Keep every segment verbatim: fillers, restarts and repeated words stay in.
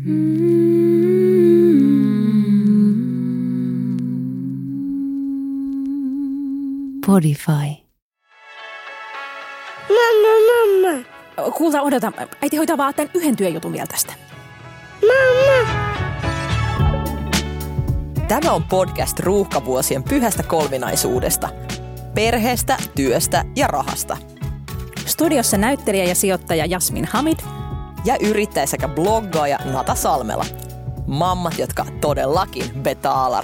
Podify. Mamma, mamma. Kuulta, odota. Äiti hoitaa vaan tämän yhden työjutun vielä tästä. Mamma. Tämä on podcast ruuhkavuosien pyhästä kolminaisuudesta. Perheestä, työstä ja rahasta. Studiossa näyttelijä ja sijoittaja Jasmin Hamid. Ja yrittäjä sekä bloggaaja Nata Salmela. Mammat, jotka todellakin betaalar.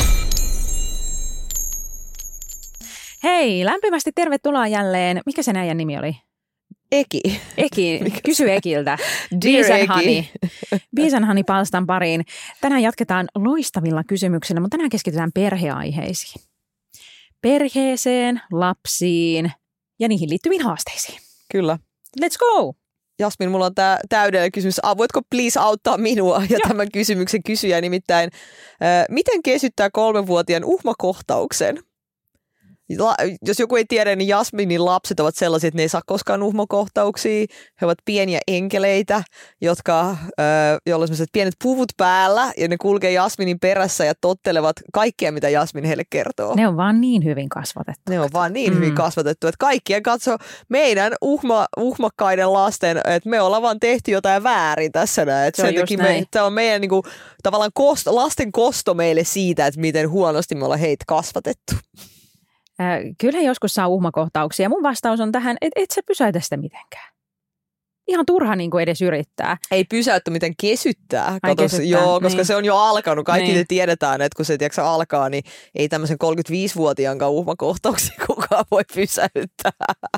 Hei, lämpimästi tervetuloa jälleen. Mikä sen äijän nimi oli? Eki. Eki, kysy Ekiltä. Dear Eki. Honey. Bees and Honey -palstan pariin. Tänään jatketaan loistavilla kysymyksillä, mutta tänään keskitytään perheaiheisiin. Perheeseen, lapsiin ja niihin liittyviin haasteisiin. Kyllä. Let's go! Jasmin, mulla on tää täydellinen kysymys. Voitko please auttaa minua ja Joo. tämän kysymyksen kysyjä nimittäin. Äh, miten kesyttää kolmenvuotiaan uhmakohtauksen? La, jos joku ei tiedä, niin Jasminin lapset ovat sellaisia, että ne ei saa koskaan uhmakohtauksia. He ovat pieniä enkeleitä, jotka, äh, joilla on sellaiset pienet puvut päällä ja ne kulkee Jasminin perässä ja tottelevat kaikkea, mitä Jasmin heille kertoo. Ne on vaan niin hyvin kasvatettu. Ne on vaan niin Mm. hyvin kasvatettu, että kaikkien katso meidän uhma, uhmakkaiden lasten, että me ollaan vaan tehty jotain väärin tässä näin. Että Se on sen just takia näin. me, tämä on meidän niinku, tavallaan kost, lasten kosto meille siitä, että miten huonosti me ollaan heitä kasvatettu. Äh, Kyllähän joskus saa uhmakohtauksia. Mun vastaus on tähän, että et sä pysäytä sitä mitenkään. Ihan turha niin kuin edes yrittää. Ei pysäytty, miten kesyttää. Ai Katos, kesyttää, joo, koska niin. se on jo alkanut. Kaikki Niin. te tiedetään, että kun se tiedätkö, alkaa, niin ei tämmöisen kolmekymmentäviisivuotiaankaan uhmakohtauksia kukaan voi pysäyttää.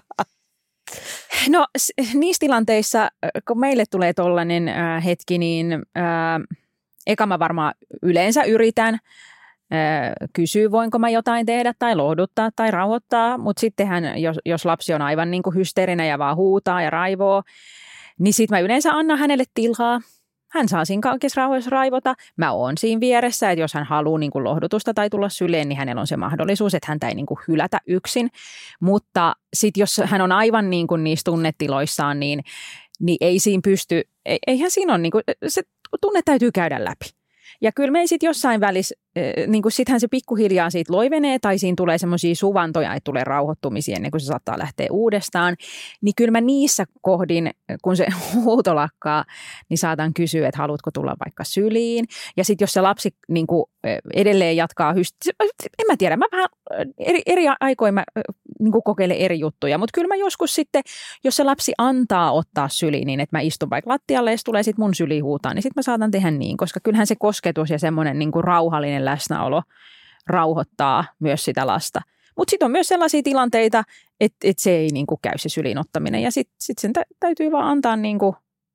No s- niissä tilanteissa, kun meille tulee tollainen äh, hetki, niin äh, eka mä varmaan yleensä yritän äh, kysyä, voinko mä jotain tehdä tai lohduttaa tai rauhoittaa. Mutta sittenhän, jos, jos lapsi on aivan niin kuin hysteerinen ja vaan huutaa ja raivoo, niin sit mä yleensä annan hänelle tilaa. Hän saa siinä kaikessa rauhassa raivota. Mä oon siinä vieressä, että jos hän haluaa niin kuin lohdutusta tai tulla syleen, niin hänellä on se mahdollisuus, että häntä ei niin kuin hylätä yksin. Mutta sitten jos hän on aivan niin kuin niissä tunnetiloissaan, niin, niin ei siinä pysty, ei, eihän siinä ole, niin kuin, se tunne täytyy käydä läpi. Ja kyllä me sitten jossain välissä, niin kuin sittenhän se pikkuhiljaa siitä loivenee tai siinä tulee semmoisia suvantoja, että tulee rauhoittumisia ennen kuin se saattaa lähteä uudestaan. Niin kyllä mä niissä kohdin, kun se huuto lakkaa, niin saatan kysyä, että haluatko tulla vaikka syliin. Ja sitten jos se lapsi niin kuin edelleen jatkaa, hyst- en mä tiedä, mä vähän eri, eri aikoina mä niin kuin kokeilen eri juttuja. Mutta kyllä mä joskus sitten, jos se lapsi antaa ottaa syliin, niin että mä istun vaikka lattialle ja se tulee sitten mun syliin huutaan, niin sitten mä saatan tehdä niin, koska kyllähän se kosketus ja semmoinen niin kuin rauhallinen läsnäolo rauhoittaa myös sitä lasta. Mutta sitten on myös sellaisia tilanteita, että et se ei niinku käy se syliin ottaminen ja sitten sit sen tä- täytyy vaan antaa niinku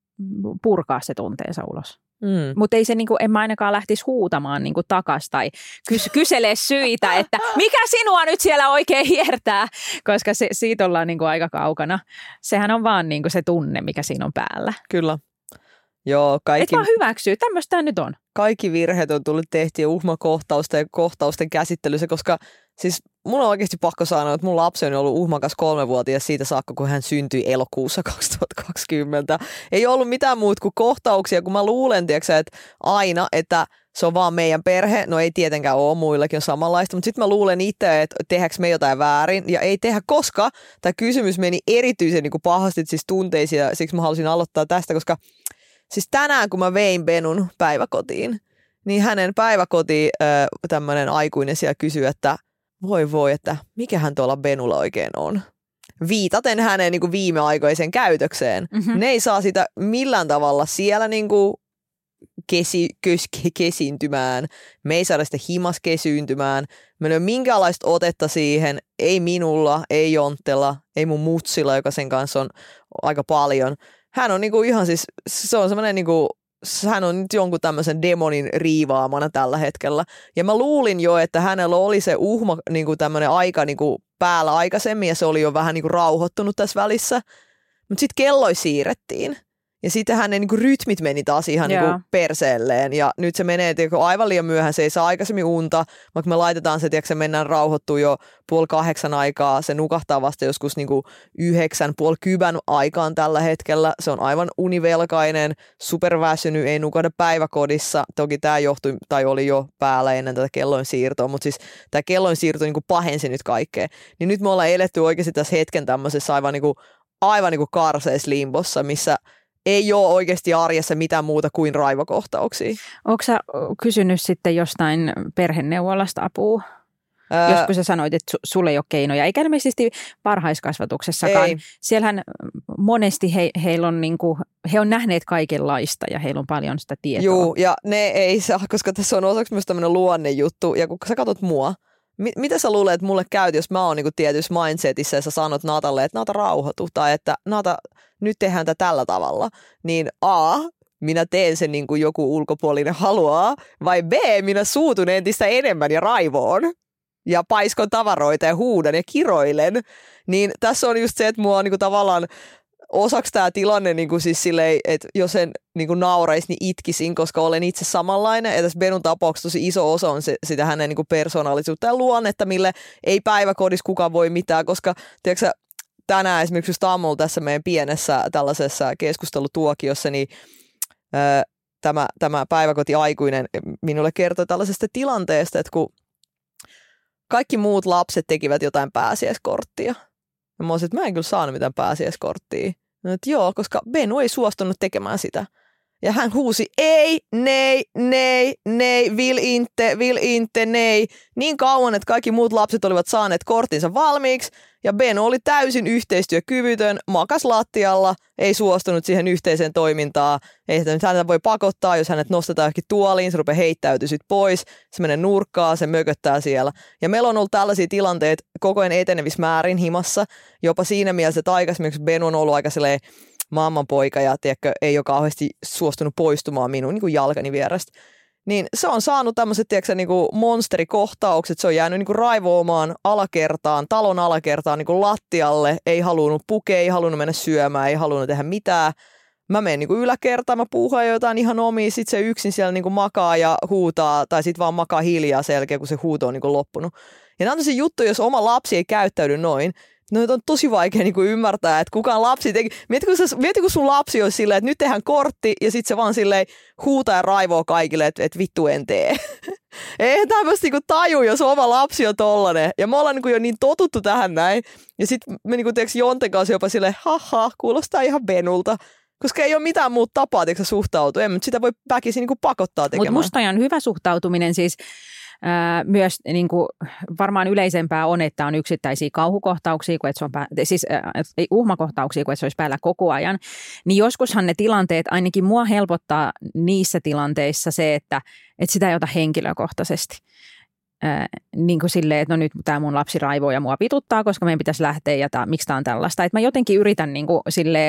purkaa se tunteensa ulos. Mm. Mutta ei se, niinku, en mä ainakaan lähtisi huutamaan niinku takas tai kys- kyselee syitä, että mikä sinua nyt siellä oikein hiertää, koska se, siitä ollaan niinku aika kaukana. Sehän on vaan niinku se tunne, mikä siinä on päällä. Kyllä. Joo, Et kaikki... vaan hyväksyy, tämmöistä nyt on. Kaikki virheet on tullut tehtyä uhmakohtausten ja kohtausten käsittelyssä, koska siis mun on oikeasti pakko sanoa, että mun lapsi on ollut uhmakas kolmevuotias siitä saakka, kun hän syntyi elokuussa kaksituhattakaksikymmentä. Ei ollut mitään muuta kuin kohtauksia, kun mä luulen, tiiäksä, että aina, että se on vaan meidän perhe. No ei tietenkään ole, muillakin on samanlaista, mutta sitten mä luulen itse, että tehdäänkö me jotain väärin ja ei tehdä, koska tämä kysymys meni erityisen niin kuin pahasti siis tunteisiin ja siksi mä halusin aloittaa tästä, koska siis tänään, kun mä vein Benun päiväkotiin, niin hänen päiväkotiin äh, tämmöinen aikuinen siellä kysyi, että voi voi, että mikähän tuolla Benulla oikein on. Viitaten hänen niin kuin viimeaikoiseen käytökseen. Mm-hmm. Ne ei saa sitä millään tavalla siellä niin kuin kesi, kös, kesiintymään. Me ei saada sitä himas kesyyntymään. Meillä ei ole minkäänlaista otetta siihen. Ei minulla, ei Jonttella, ei mun mutsilla, joka sen kanssa on aika paljon. Hän on niinku ihan siis, se on semmoinen niinku, hän on nyt jonkun tämmöisen demonin riivaamana tällä hetkellä. Ja mä luulin jo, että hänellä oli se uhma niinku tämmöinen aika niinku päällä aikaisemmin ja se oli jo vähän niinku rauhoittunut tässä välissä. Mutta sitten kelloi siirrettiin. Ja sittenhän ne niinku rytmit meni taas ihan niinku perseelleen. Ja nyt se menee tiedätkö, aivan liian myöhään. Se ei saa aikaisemmin unta, vaikka me laitetaan se, tiedätkö, se mennään rauhoittua jo puoli kahdeksan aikaa. Se nukahtaa vasta joskus niinku yhdeksän, puoli kybän aikaan tällä hetkellä. Se on aivan univelkainen, superväsynyt, ei nukahda päiväkodissa. Toki tämä johtui, tai oli jo päällä ennen tätä kelloin siirtoa, mutta siis tämä kelloin siirto niinku pahensi nyt kaikkea. Niin nyt me ollaan eletty oikeasti tässä hetken tämmöisessä aivan niinku, aivan niinku karseessa limbossa, missä ei ole oikeasti arjessa mitään muuta kuin raivokohtauksia. Onko sä kysynyt sitten jostain perheneuvolasta apua? Öö, Joskus sä sanoit, että su- sulle ei ole keinoja, eikä ilmeisesti varhaiskasvatuksessakaan. Ei. Siellähän monesti he, heillä on niinku, he on nähneet kaikenlaista ja heillä on paljon sitä tietoa. Joo, ja ne ei saa, koska tässä on osaksi myös tämmöinen luonnejuttu. Ja kun sä katsot mua, mit, mitä sä luulet, että mulle käyt, jos mä oon niinku tietyssä mindsetissä ja sä sanot Naatalle, että Naata rauhoitu, tai että Naata, nyt tehdään tätä tällä tavalla, niin A, minä teen sen niin kuin joku ulkopuolinen haluaa, vai B, minä suutun entistä enemmän ja raivoon ja paiskon tavaroita ja huudan ja kiroilen. Niin tässä on just se, että mua on niin kuin tavallaan osaksi tämä tilanne niin kuin siis silleen, että jos en niin kuin nauraisi, niin itkisin, koska olen itse samanlainen. Ja tässä Benun tapauksessa tosi iso osa on se, sitä hänen niin kuin persoonallisuutta ja luonnetta, mille ei päiväkodissa kukaan voi mitään, koska tiedätkö, tänään esimerkiksi just aamulla tässä meidän pienessä tällaisessa keskustelutuokiossa, niin ö, tämä, tämä päiväkotiaikuinen minulle kertoi tällaisesta tilanteesta, että kun kaikki muut lapset tekivät jotain pääsiäiskorttia. Ja mä olisin, että mä en kyllä saanut mitään pääsiäiskorttia. No, että joo, koska Benu ei suostunut tekemään sitä. Ja hän huusi, ei, nei, nei, nei, vil inte, vil inte, nei. Niin kauan, että kaikki muut lapset olivat saaneet korttinsa valmiiksi. Ja Benu oli täysin yhteistyökyvytön, makas lattialla, ei suostunut siihen yhteiseen toimintaan. Ei häntä voi pakottaa, jos hänet nostetaan johonkin tuoliin, se rupeaa heittäytyä sit pois. Se menee nurkkaan, se mököttää siellä. Ja meillä on ollut tällaisia tilanteita koko ajan etenevissä määrin himassa. Jopa siinä mielessä, että aikaisemmin Benu on ollut aika silleen mammanpoika ja tiedätkö, ei ole kauheasti suostunut poistumaan minun niin kuin jalkani vierestä. Niin se on saanut tämmöiset tiedätkö, niin kuin monsterikohtaukset, se on jäänyt niin kuin raivoamaan alakertaan, talon alakertaan niin kuin lattialle, ei halunnut pukea, ei halunnut mennä syömään, ei halunnut tehdä mitään. Mä menen niin kuin yläkertaan, mä puuhaan jotain ihan omia, sit se yksin siellä niin kuin makaa ja huutaa, tai sit vaan makaa hiljaa selkeä, kun se huuto on niin kuin loppunut. Ja nämä on se juttu, jos oma lapsi ei käyttäydy noin, no on tosi vaikea niin kuin ymmärtää, että kukaan lapsi teki. Mieti, kun, sä, mieti, kun sun lapsi olisi silleen, että nyt tehdään kortti ja sitten se vaan silleen huutaa ja raivoo kaikille, että, että vittu en tee. Eihän tämmöistä niin taju, jos oma lapsi on tollanen. Ja me ollaan niin kuin jo niin totuttu tähän näin. Ja sitten me niin kuin, Jonten kanssa jopa silleen, haha, kuulostaa ihan Benulta. Koska ei ole mitään muuta tapaa tiiäks, suhtautua. En, mutta sitä voi väkisin niin kuin pakottaa tekemään. Mutta musta on hyvä suhtautuminen siis. Ää, myös niin kuin, varmaan yleisempää on, että on yksittäisiä kauhukohtauksia, kun et se on pää, siis ää, ei uhmakohtauksia, kun et se olisi päällä koko ajan. Niin joskushan ne tilanteet, ainakin mua helpottaa niissä tilanteissa se, että, että sitä ei ota henkilökohtaisesti. Ää, niin kuin silleen, että no nyt tämä mun lapsi raivoo ja mua pituttaa, koska meidän pitäisi lähteä ja tää, miksi tämä on tällaista. Että mä jotenkin yritän niin kuin, silleen,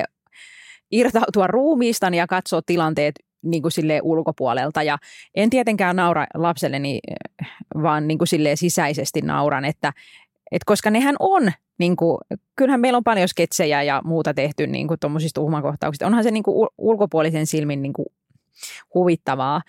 irtautua ruumiistani ja katsoa tilanteet niin kuin silleen ulkopuolelta ja en tietenkään naura lapselleni, vaan niin kuin silleen sisäisesti nauran, että, että koska nehän on, niin kuin, kyllähän meillä on paljon sketsejä ja muuta tehty niin kuin tuommoisista uhmakohtauksista, onhan se niin kuin ulkopuolisen silmin niin kuin huvittavaa,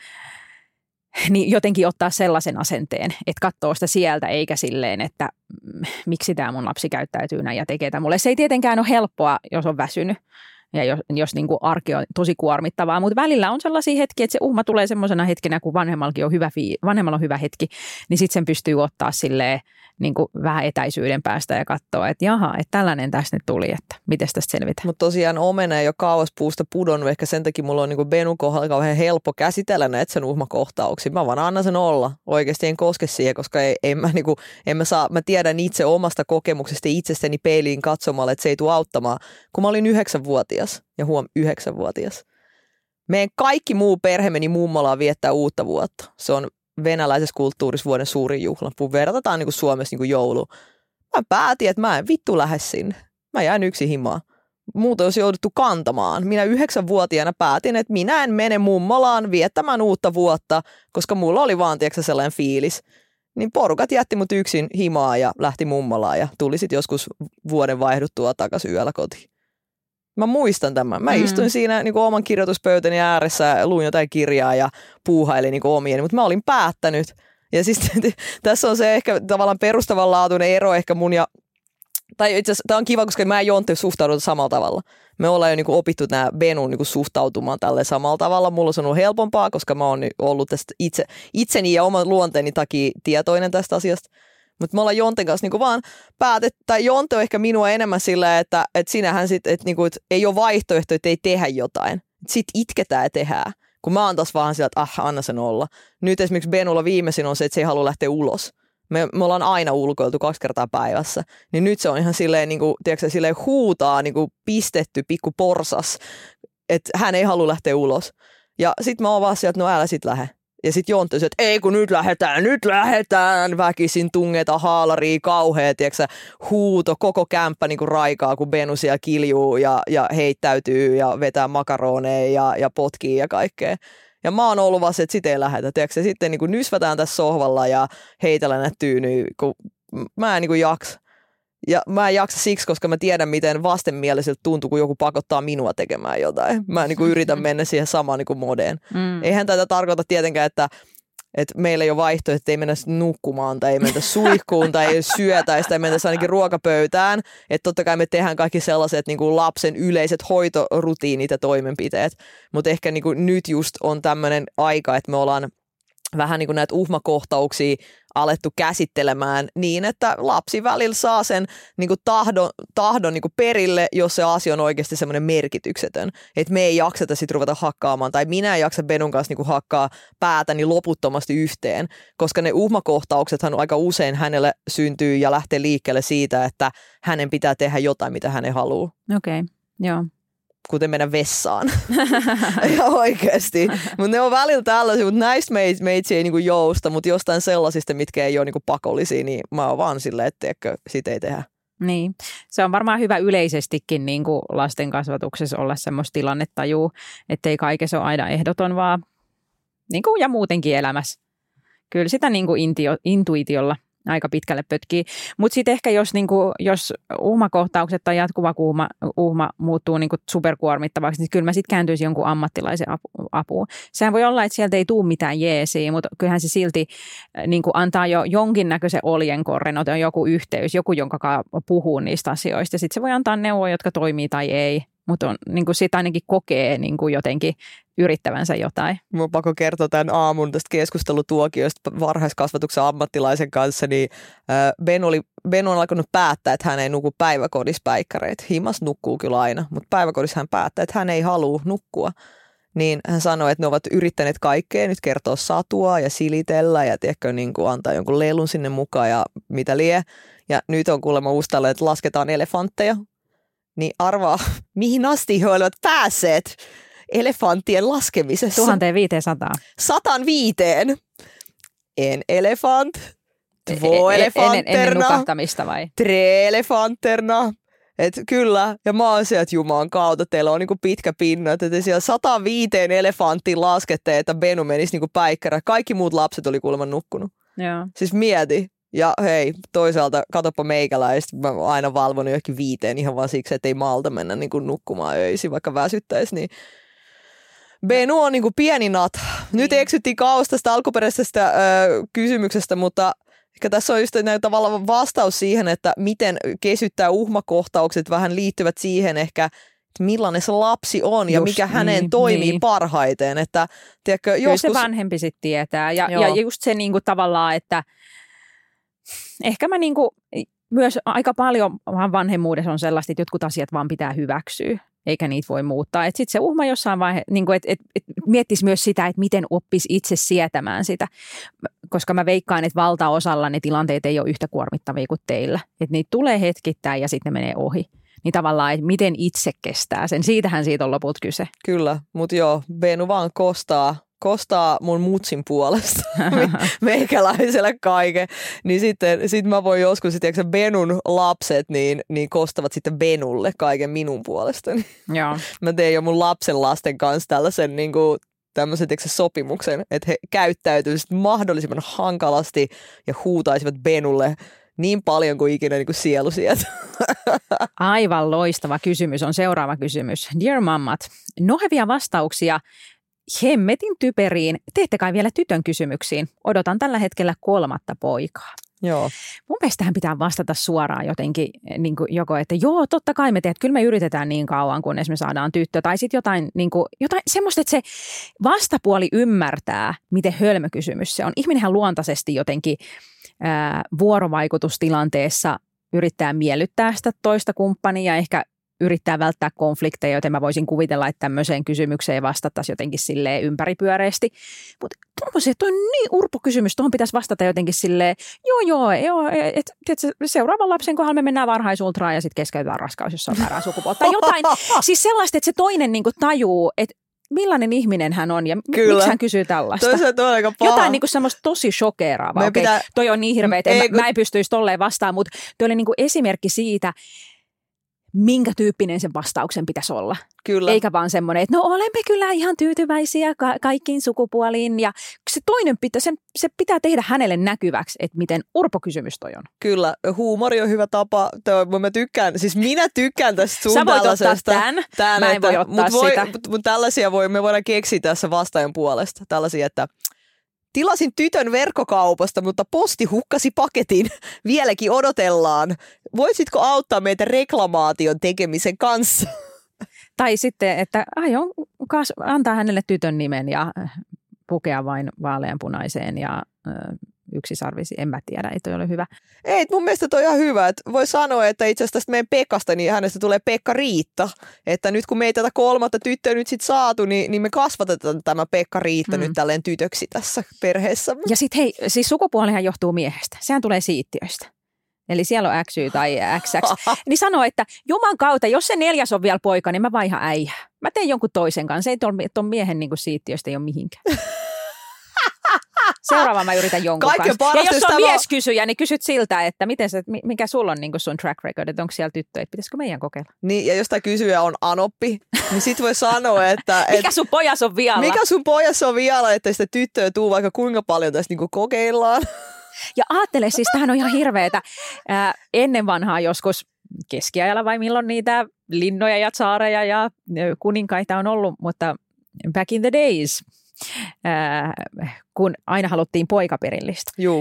niin jotenkin ottaa sellaisen asenteen, että katsoo sitä sieltä eikä silleen, että miksi tämä mun lapsi käyttäytyy näin ja tekee tämä mulle. Se ei tietenkään ole helppoa, jos on väsynyt. Ja jos, jos niin kuin arki on tosi kuormittavaa, mutta välillä on sellaisia hetkiä, että se uhma tulee semmoisena hetkenä, kun vanhemmallakin on hyvä, vanhemmalla on hyvä hetki, niin sitten sen pystyy ottaa silleen niin kuin vähän etäisyyden päästä ja katsoa, että jaha, että tällainen tästä nyt tuli, että miten tästä selvitään. Mutta tosiaan omena ei ole kauas puusta pudonnut, ehkä sen takia mulla on niin Benun kohdalla kauhean helppo käsitellä näitä sen uhmakohtauksia. Mä vaan annan sen olla. Oikeasti en koske siihen, koska ei, en mä, niin kuin, en mä, saa, mä tiedän itse omasta kokemuksesta itsestäni peiliin katsomalla, että se ei tule auttamaan. Kun mä olin yhdeksänvuotias ja huom yhdeksänvuotias. Meidän kaikki muu perhe meni mummolaan viettää uutta vuotta. Se on venäläisessä kulttuurissa vuoden suurin juhla. Verrataan niin kuin Suomessa niin kuin joulu. Mä päätin, että mä en vittu lähde sinne. Mä jään yksin himaan. Muuta olisi jouduttu kantamaan. Minä yhdeksänvuotiaana päätin, että minä en mene mummolaan viettämään uutta vuotta, koska mulla oli vaan tiiäksä, sellainen fiilis. Niin porukat jätti mut yksin himaa ja lähti mummolaan ja tuli sitten joskus vuoden vaihduttua takaisin yöllä kotiin. Mä muistan tämän. Mä mm. istuin siinä niin kuin oman kirjoituspöytäni ääressä, luin jotain kirjaa ja puuhailin niin kuin omieni, mutta mä olin päättänyt. Ja siis tässä on se ehkä tavallaan perustavanlaatuinen ero ehkä mun ja, tai itse asiassa tämä on kiva, koska mä en Jontte suhtaudu samalla tavalla. Me ollaan jo niin kuin opittu nämä Benun niin kuin suhtautumaan tälle samalla tavalla. Mulla on ollut helpompaa, koska mä oon ollut tästä itse, itseni ja oman luonteeni takia tietoinen tästä asiasta. Mutta me ollaan Jonten kanssa niinku vaan päätetty, tai Jonte on ehkä minua enemmän sillä, että et sinähän sit, et niinku, et ei ole vaihtoehto, että ei tehdä jotain. Sitten itketään ja tehdään. Kun mä oon taas vaan sillä, että ah, anna sen olla. Nyt esimerkiksi Benulla viimeisin on se, että se ei halua lähteä ulos. Me, me ollaan aina ulkoiltu kaksi kertaa päivässä. Niin nyt se on ihan silleen, niinku, tiedätkö, silleen huutaa niinku pistetty pikku porsas, että hän ei halua lähteä ulos. Ja sit mä oon vaan sieltä, että no älä sit lähde. Ja sitten Jontte että ei kun nyt lähdetään, nyt lähdetään, väkisin tungeita haalaria, kauhea, tiiäksä, huuto, koko kämppä niinku raikaa, kun Benu siellä kiljuu ja, ja heittäytyy ja vetää makaroneja ja, ja potkii ja kaikkea. Ja mä oon ollut vaan se, että sit ei lähdetä, tiiäksä, sitten niinku nysvätään tässä sohvalla ja heitellään näitä tyynyä, kun mä en niinku jaksa. Ja mä en jaksa siksi, koska mä tiedän, miten vastenmieliseltä tuntuu, kun joku pakottaa minua tekemään jotain. Mä niin kuin yritän mennä siihen samaan niin kuin modeen. Mm. Eihän tätä tarkoita tietenkään, että, että meillä ei ole vaihtoehto, että ei mennä nukkumaan tai ei mennä suihkuun tai ei syötäisi tai mennä ainakin ruokapöytään. Että totta kai me tehdään kaikki sellaiset niin kuin lapsen yleiset hoitorutiinit ja toimenpiteet. Mutta ehkä niin kuin nyt just on tämmöinen aika, että me ollaan vähän niin kuin näitä uhmakohtauksia alettu käsittelemään niin, että lapsi välillä saa sen niin kuin tahdon, tahdon niin kuin perille, jos se asia on oikeasti semmoinen merkityksetön. Että me ei jakseta sitten ruveta hakkaamaan, tai minä en jaksa Benun kanssa niin kuin hakkaa päätäni loputtomasti yhteen, koska ne uhmakohtauksethan aika usein hänelle syntyy ja lähtee liikkeelle siitä, että hänen pitää tehdä jotain, mitä hän haluaa. Okei, okay. Joo. Kuten mennä vessaan. Ja oikeasti. Mutta ne on välillä tällaisia, mutta näistä meitä meitsi ei niinku jousta, mutta jostain sellaisista, mitkä ei ole niinku pakollisia, niin mä oon vaan silleen, että sitä ei tehdä. Niin. Se on varmaan hyvä yleisestikin niin kuin lasten kasvatuksessa olla semmoista tilannetajua, ettei kaikessa ole aina ehdoton, vaan niin kuin ja muutenkin elämässä. Kyllä sitä niin kuin intio, intuitiolla aika pitkälle pötkii. Mutta sitten ehkä jos, niinku, jos uhmakohtaukset tai jatkuva uhma, uhma muuttuu niinku superkuormittavaksi, niin kyllä mä sitten kääntyisin jonkun ammattilaisen apu, apuun. Sehän voi olla, että sieltä ei tule mitään jeesiä, mutta kyllähän se silti niinku antaa jo jonkinnäköisen oljenkorren, on joku yhteys, joku, jonka puhuu niistä asioista. Ja sitten se voi antaa neuvoja, jotka toimii tai ei, mutta niinku sitä ainakin kokee niinku jotenkin yrittävänsä jotain. Mun on pakko kertoa tämän aamun tästä keskustelutuokiosta varhaiskasvatuksen ammattilaisen kanssa, niin Ben, oli, Ben on alkanut päättää, että hän ei nuku päiväkodissa päikkäreitä. Himas nukkuu kyllä aina, mutta päiväkodissa hän päättää, että hän ei halua nukkua. Niin hän sanoi, että ne ovat yrittäneet kaikkea, nyt kertoa satua ja silitellä ja tiedätkö, niin kuin antaa jonkun lelun sinne mukaan ja mitä lie. Ja nyt on kuulemma ustalla, että lasketaan elefantteja. Niin arvaa, mihin asti he olivat päässeet elefanttien laskemisessa. tuhatviisisataa. Satan viiteen. En elefant. Två elefanterna. Ennen nukahtamista vai? Tre elefanterna. Et kyllä. Ja mä oon sieltä Jumalan kautta. Teillä on niinku pitkä pinna. Että te siellä sata viiteen elefanttiin laskette, että Benu menisi niinku päikkärä. Kaikki muut lapset oli kuulemma nukkunut. Joo. Siis mieti. Ja hei, toisaalta katoppa meikäläistä, mä oon aina valvonut johonkin viiteen ihan vaan siksi, että ei malta mennä niin kuin nukkumaan öisin, vaikka väsyttäisi. Niin Benu on niin kuin pieni nat. Nyt niin. Eksyttiin kauas tästä alkuperäisestä ö, kysymyksestä, mutta ehkä tässä on just tavallaan vastaus siihen, että miten kesyttää uhmakohtaukset vähän liittyvät siihen ehkä, että millainen se lapsi on ja just, mikä hänen niin, toimii niin. parhaiten. Että, tiedätkö, Kyllä joskus... se vanhempi sitten tietää ja, ja just se niin kuin tavallaan, että ehkä mä niinku, myös aika paljon vanhemmuudessa on sellaista, että jotkut asiat vaan pitää hyväksyä, eikä niitä voi muuttaa. Että sitten se uhma jossain vaiheessa, niinku, että et, et miettisi myös sitä, että miten oppisi itse sietämään sitä. Koska mä veikkaan, että valtaosalla ne tilanteet ei ole yhtä kuormittavia kuin teillä. Että niitä tulee hetkittäin ja sitten ne menee ohi. Niin tavallaan, että miten itse kestää sen. Siitähän siitä on loput kyse. Kyllä, mutta joo, Benu vaan kostaa. kostaa mun mutsin puolesta meikäläiselle kaiken, niin sitten sit mä voin joskus, tiedätkö, Benun lapset niin, niin kostavat sitten Benulle kaiken minun puolestani. Joo. Mä teen jo mun lapsen lasten kanssa tällaisen niin kuin, tämmöisen tiedätkö, sopimuksen, että he käyttäytyisivät mahdollisimman hankalasti ja huutaisivat Benulle niin paljon kuin ikinä niin kuin sielu sieltä. Aivan loistava kysymys on seuraava kysymys. Dear mammat, nohevia vastauksia hemmetin typeriin, teette kai vielä tytön kysymyksiin. Odotan tällä hetkellä kolmatta poikaa. Joo. Mun mielestä tähän pitää vastata suoraan jotenkin, niin kuin joko, että joo, totta kai me teet, kyllä me yritetään niin kauan, kunnes me saadaan tyttö. Tai sitten jotain, niin kuin, jotain semmoista, että se vastapuoli ymmärtää, miten hölmö kysymys se on. Ihminenhän luontaisesti jotenkin ää, vuorovaikutustilanteessa yrittää miellyttää sitä toista kumppania ja ehkä yrittää välttää konflikteja, joten mä voisin kuvitella, että tämmöiseen kysymykseen vastattaisiin jotenkin silleen ympäripyöreästi. Mutta tuommoisen, että toi on niin urpo kysymys, tuohon pitäisi vastata jotenkin silleen, joo joo, joo että et, seuraavan lapsen kohdalla me mennään varhaisultraan ja sitten keskeytetään raskaus, jos on väärää sukupuolta. Tai jotain, siis sellaista, että se toinen niinku tajuu, että millainen ihminen hän on ja Kyllä. miksi hän kysyy tällaista. Toisaalta on aika paha. Jotain niinku semmoista tosi shokeeraavaa. Okei, pitää... toi on niin hirveä, että ei, mä, kun... mä en pystyisi tolleen vastaan, mutta toi oli niinku esimerkki siitä, minkä tyyppinen sen vastauksen pitäisi olla. Kyllä. Eikä vaan semmoinen, että no olemme kyllä ihan tyytyväisiä ka- kaikkiin sukupuoliin. Ja se toinen pitää, sen, se pitää tehdä hänelle näkyväksi, että miten urpo kysymys toi on. Kyllä, huumori on hyvä tapa. Toi, mä tykkään, siis minä tykkään tästä sun Sä voit tällaisesta. ottaa tämän, tämän mä en voi ottaa mut voi, sitä. Mutta mut tällaisia voi, me voidaan keksiä tässä vastaajan puolesta. Tällaisia, että tilasin tytön verkkokaupasta, mutta posti hukkasi paketin. Vieläkin odotellaan. Voisitko auttaa meitä reklamaation tekemisen kanssa? Tai sitten, että aion antaa hänelle tytön nimen ja pukea vain vaaleanpunaiseen ja ö, yksisarvisi. En mä tiedä, ei toi ole hyvä. Ei, mun mielestä toi on ihan hyvä. Että voi sanoa, että itse asiassa tästä meidän Pekasta, niin hänestä tulee Pekka Riitta. Että nyt kun me ei tätä kolmatta tyttöä nyt sit saatu, niin, niin me kasvatetaan tämä Pekka Riitta hmm. nyt tälleen tytöksi tässä perheessä. Ja sitten hei, siis sukupuolihan johtuu miehestä. Sehän tulee siittiöistä. Eli siellä on X Y tai X X. Niin sanoo, että juman kautta, jos se neljäs on vielä poika, niin mä vaihan äijää. Mä teen jonkun toisen kanssa. Ei tuon miehen niin kuin siittiöstä ei ole mihinkään. Seuraava mä yritän jonkun Kaiken kanssa. Ja jos on tämä... mieskysyjä, niin kysyt siltä, että miten se, mikä sulla on niin kuin sun track record, että onko siellä tyttöjä, pitäisikö meidän kokeilla? Niin, ja jos tämä kysyjä on anoppi, niin sit voi sanoa, että... Et, mikä sun pojas on vialla? Mikä sun pojas on vialla, että sitä tyttöä tuu vaikka kuinka paljon tässä niin kuin kokeillaan? Ja ajattele, siis tämähän on ihan hirveetä. Ää, ennen vanhaa joskus keskiajalla vai milloin niitä linnoja ja tsaareja ja kuninkaita on ollut, mutta back in the days, ää, kun aina haluttiin poikaperillistä. Juu.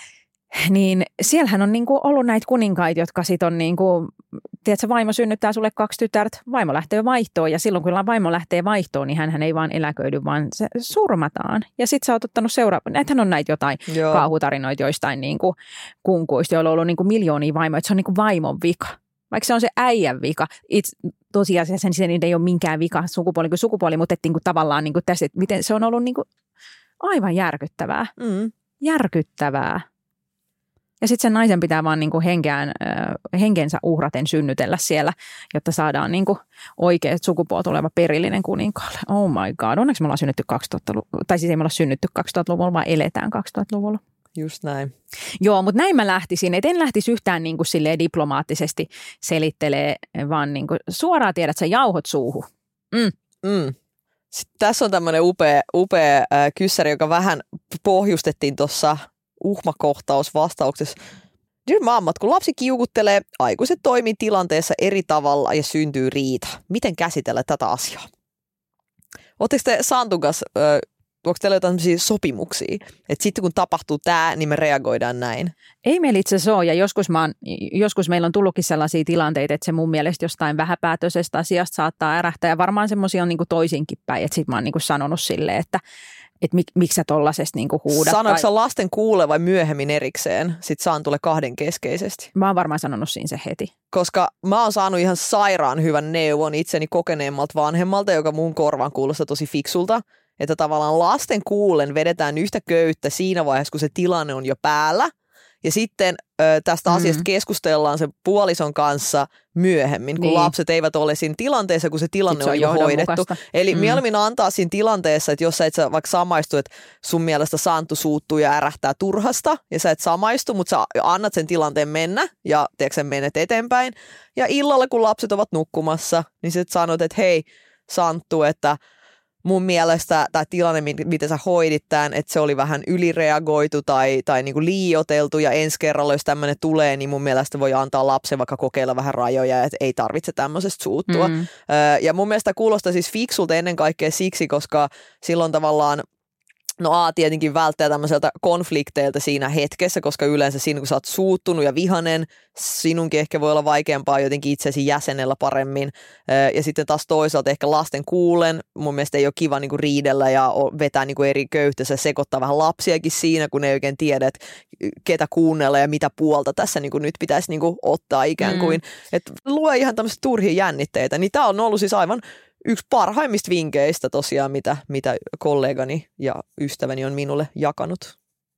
Niin siellähän on niinku ollut näitä kuninkaita, jotka sitten on niinku, tiedätkö, vaimo synnyttää sulle kaksi tytärtä, vaimo lähtee vaihtoon ja silloin kun vaimo lähtee vaihtoon, niin hänhän ei vaan eläköidy, vaan se surmataan. Ja sitten sä oot ottanut seuraava, näitähän on näitä jotain Joo. kauhutarinoita joistain niinku kunkuista, joilla on ollut niinku miljoonia vaimoja, että se on niinku vaimon vika. Vaikka se on se äijän vika. Itse, tosiasiassa sen ei ole minkään vika sukupuoli kuin sukupuoli, mutta niinku tavallaan niinku tässä, että miten se on ollut niinku aivan järkyttävää. Mm. Järkyttävää. Ja sitten sen naisen pitää vaan niinku henkeään, henkensä uhraten synnytellä siellä, jotta saadaan niinku oikea sukupuolta oleva perillinen kuninkaalle. Oh my god, onneksi me ollaan synnytty kaksituhattaluvulla, tai siis ei me olla synnytty kaksituhattaluvulla, vaan eletään kaksituhattaluvulla. Just näin. Joo, mutta näin mä lähtisin, et en lähtisi yhtään niinku silleen diplomaattisesti selittelee, vaan niinku suoraan tiedät sä jauhot suuhun. Mm. Mm. Sitten tässä on tämmöinen upea, upea äh, kyssäri, joka vähän pohjustettiin tuossa uhmakohtaus vastauksessa. Dear mammat, kun lapsi kiukuttelee, aikuiset toimii tilanteessa eri tavalla ja syntyy riita. Miten käsitellä tätä asiaa? Oletteko te Santun kanssa, äh, onko teillä jotain sopimuksia? Että sitten kun tapahtuu tämä, niin me reagoidaan näin. Ei meillä itse asiassa ole, ja joskus, mä oon, joskus meillä on tullutkin sellaisia tilanteita, että se mun mielestä jostain vähäpäätöisestä asiasta saattaa ärähtää, ja varmaan semmoisia on niinku toisinkin päin, että sitten mä oon niinku sanonut silleen, että että mik, miksi sä tollasesta niinku huudat. Sanoitko tai... sä lasten kuulle vai myöhemmin erikseen? Sitten Santulle kahden keskeisesti. Mä oon varmaan sanonut siinä se heti. Koska mä oon saanut ihan sairaan hyvän neuvon itseni kokeneemmalta vanhemmalta, joka mun korvaan kuulostaa tosi fiksulta. Että tavallaan lasten kuullen vedetään yhtä köyttä siinä vaiheessa, kun se tilanne on jo päällä. Ja sitten ö, tästä mm. asiasta keskustellaan sen puolison kanssa myöhemmin, kun niin. lapset eivät ole siinä tilanteessa, kun se tilanne se on, on jo hoidettu. Eli mm. mieluummin antaa siinä tilanteessa, että jos sä et sä vaikka samaistu, että sun mielestä Santu suuttuu ja ärähtää turhasta, ja sä et samaistu, mutta sä annat sen tilanteen mennä, ja tiedätkö, sä menet eteenpäin. Ja illalla, kun lapset ovat nukkumassa, niin sä sanot, että hei Santtu, että mun mielestä tämä tilanne, miten sä hoidit tämän, että se oli vähän ylireagoitu tai, tai niinku liioiteltu ja ensi kerralla, jos tämmöinen tulee, niin mun mielestä voi antaa lapsen vaikka kokeilla vähän rajoja, että ei tarvitse tämmöisestä suuttua. Mm. Ja mun mielestä kuulostaa siis fiksulta ennen kaikkea siksi, koska silloin tavallaan no A tietenkin välttää tämmöiseltä konflikteilta siinä hetkessä, koska yleensä siinä kun sä oot suuttunut ja vihanen, sinunkin ehkä voi olla vaikeampaa jotenkin itsesi jäsenellä paremmin. Ja sitten taas toisaalta ehkä lasten kuulen, mun mielestä ei ole kiva niinku riidellä ja vetää niinku eri köyhtössä, sekoittaa vähän lapsiakin siinä, kun ne ei oikein tiedä, että ketä kuunnella ja mitä puolta tässä niinku nyt pitäisi niinku ottaa ikään kuin. Mm. Että luo ihan tämmöisiä turhia jännitteitä, niin tää on ollut siis aivan yksi parhaimmista vinkkeistä tosiaan, mitä, mitä kollegani ja ystäväni on minulle jakanut.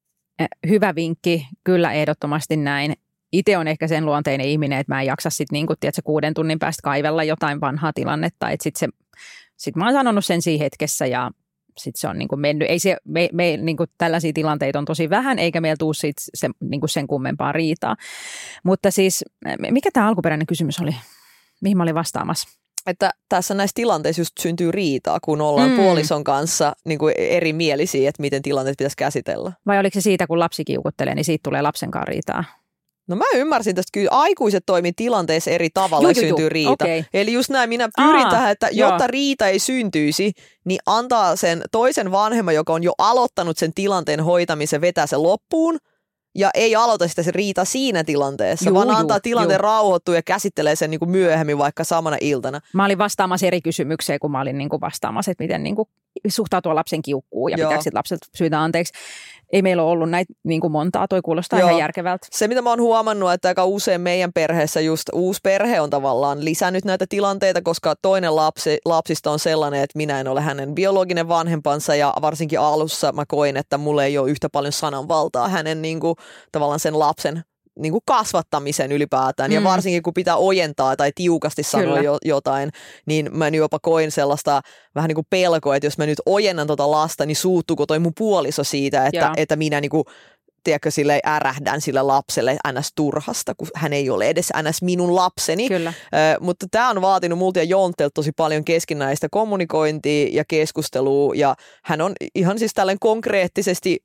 Hyvä vinkki, kyllä ehdottomasti näin. Itse on ehkä sen luonteinen ihminen, että mä en jaksa sitten niin tiedätkö, kuuden tunnin päästä kaivella jotain vanhaa tilannetta. Sitten sit mä oon sanonut sen siinä hetkessä ja sitten se on niin mennyt. Ei se, me, me, niin tällaisia tilanteita on tosi vähän, eikä meillä tule siitä se, niin sen kummempaa riitaa. Mutta siis, mikä tämä alkuperäinen kysymys oli? Mihin mä olin vastaamassa? Että tässä näissä tilanteissa just syntyy riitaa, kun ollaan mm. puolison kanssa niin kuin erimielisiä, että miten tilanteet pitäisi käsitellä. Vai oliko se siitä, kun lapsi kiukuttelee, niin siitä tulee lapsenkaan riitaa? No mä ymmärsin tästä, kyllä aikuiset toimii tilanteessa eri tavalla ja syntyy riita. Okay. Eli just näin, minä pyrin Aa, tähän, että jotta joo. riita ei syntyisi, niin antaa sen toisen vanhemman, joka on jo aloittanut sen tilanteen hoitamisen, vetää sen loppuun. Ja ei aloita sitä se riita siinä tilanteessa, juu, vaan antaa juu, tilanteen juu. rauhoittua ja käsittelee sen niin kuin myöhemmin vaikka samana iltana. Mä olin vastaamassa eri kysymykseen, kun mä olin niin kuin vastaamassa, että miten niin kuin suhtautua lapsen kiukkuun ja pitääkö sitten lapset syytä anteeksi. Ei meillä ole ollut näitä niin kuin montaa, toi kuulostaa Joo. ihan järkevältä. Se, mitä mä oon huomannut, että aika usein meidän perheessä just uusi perhe on tavallaan lisännyt näitä tilanteita, koska toinen lapsi, lapsista on sellainen, että minä en ole hänen biologinen vanhempansa ja varsinkin alussa mä koin, että mulla ei ole yhtä paljon sananvaltaa hänen niin kuin, tavallaan sen lapsen niin kuin kasvattamisen ylipäätään. Mm. Ja varsinkin kun pitää ojentaa tai tiukasti sanoa jo, jotain, niin mä jopa koin sellaista vähän niin kuin pelkoa, että jos mä nyt ojennan tota lasta, niin suuttuuko toi mun puoliso siitä, että, että minä niin kuin, tiedätkö, sille ärähdän sille lapselle ns. Turhasta, kun hän ei ole edes ns. Minun lapseni. Kyllä. Ö, mutta tämä on vaatinut multa ja Jontelta tosi paljon keskinäistä kommunikointia ja keskustelua, ja hän on ihan siis tällainen konkreettisesti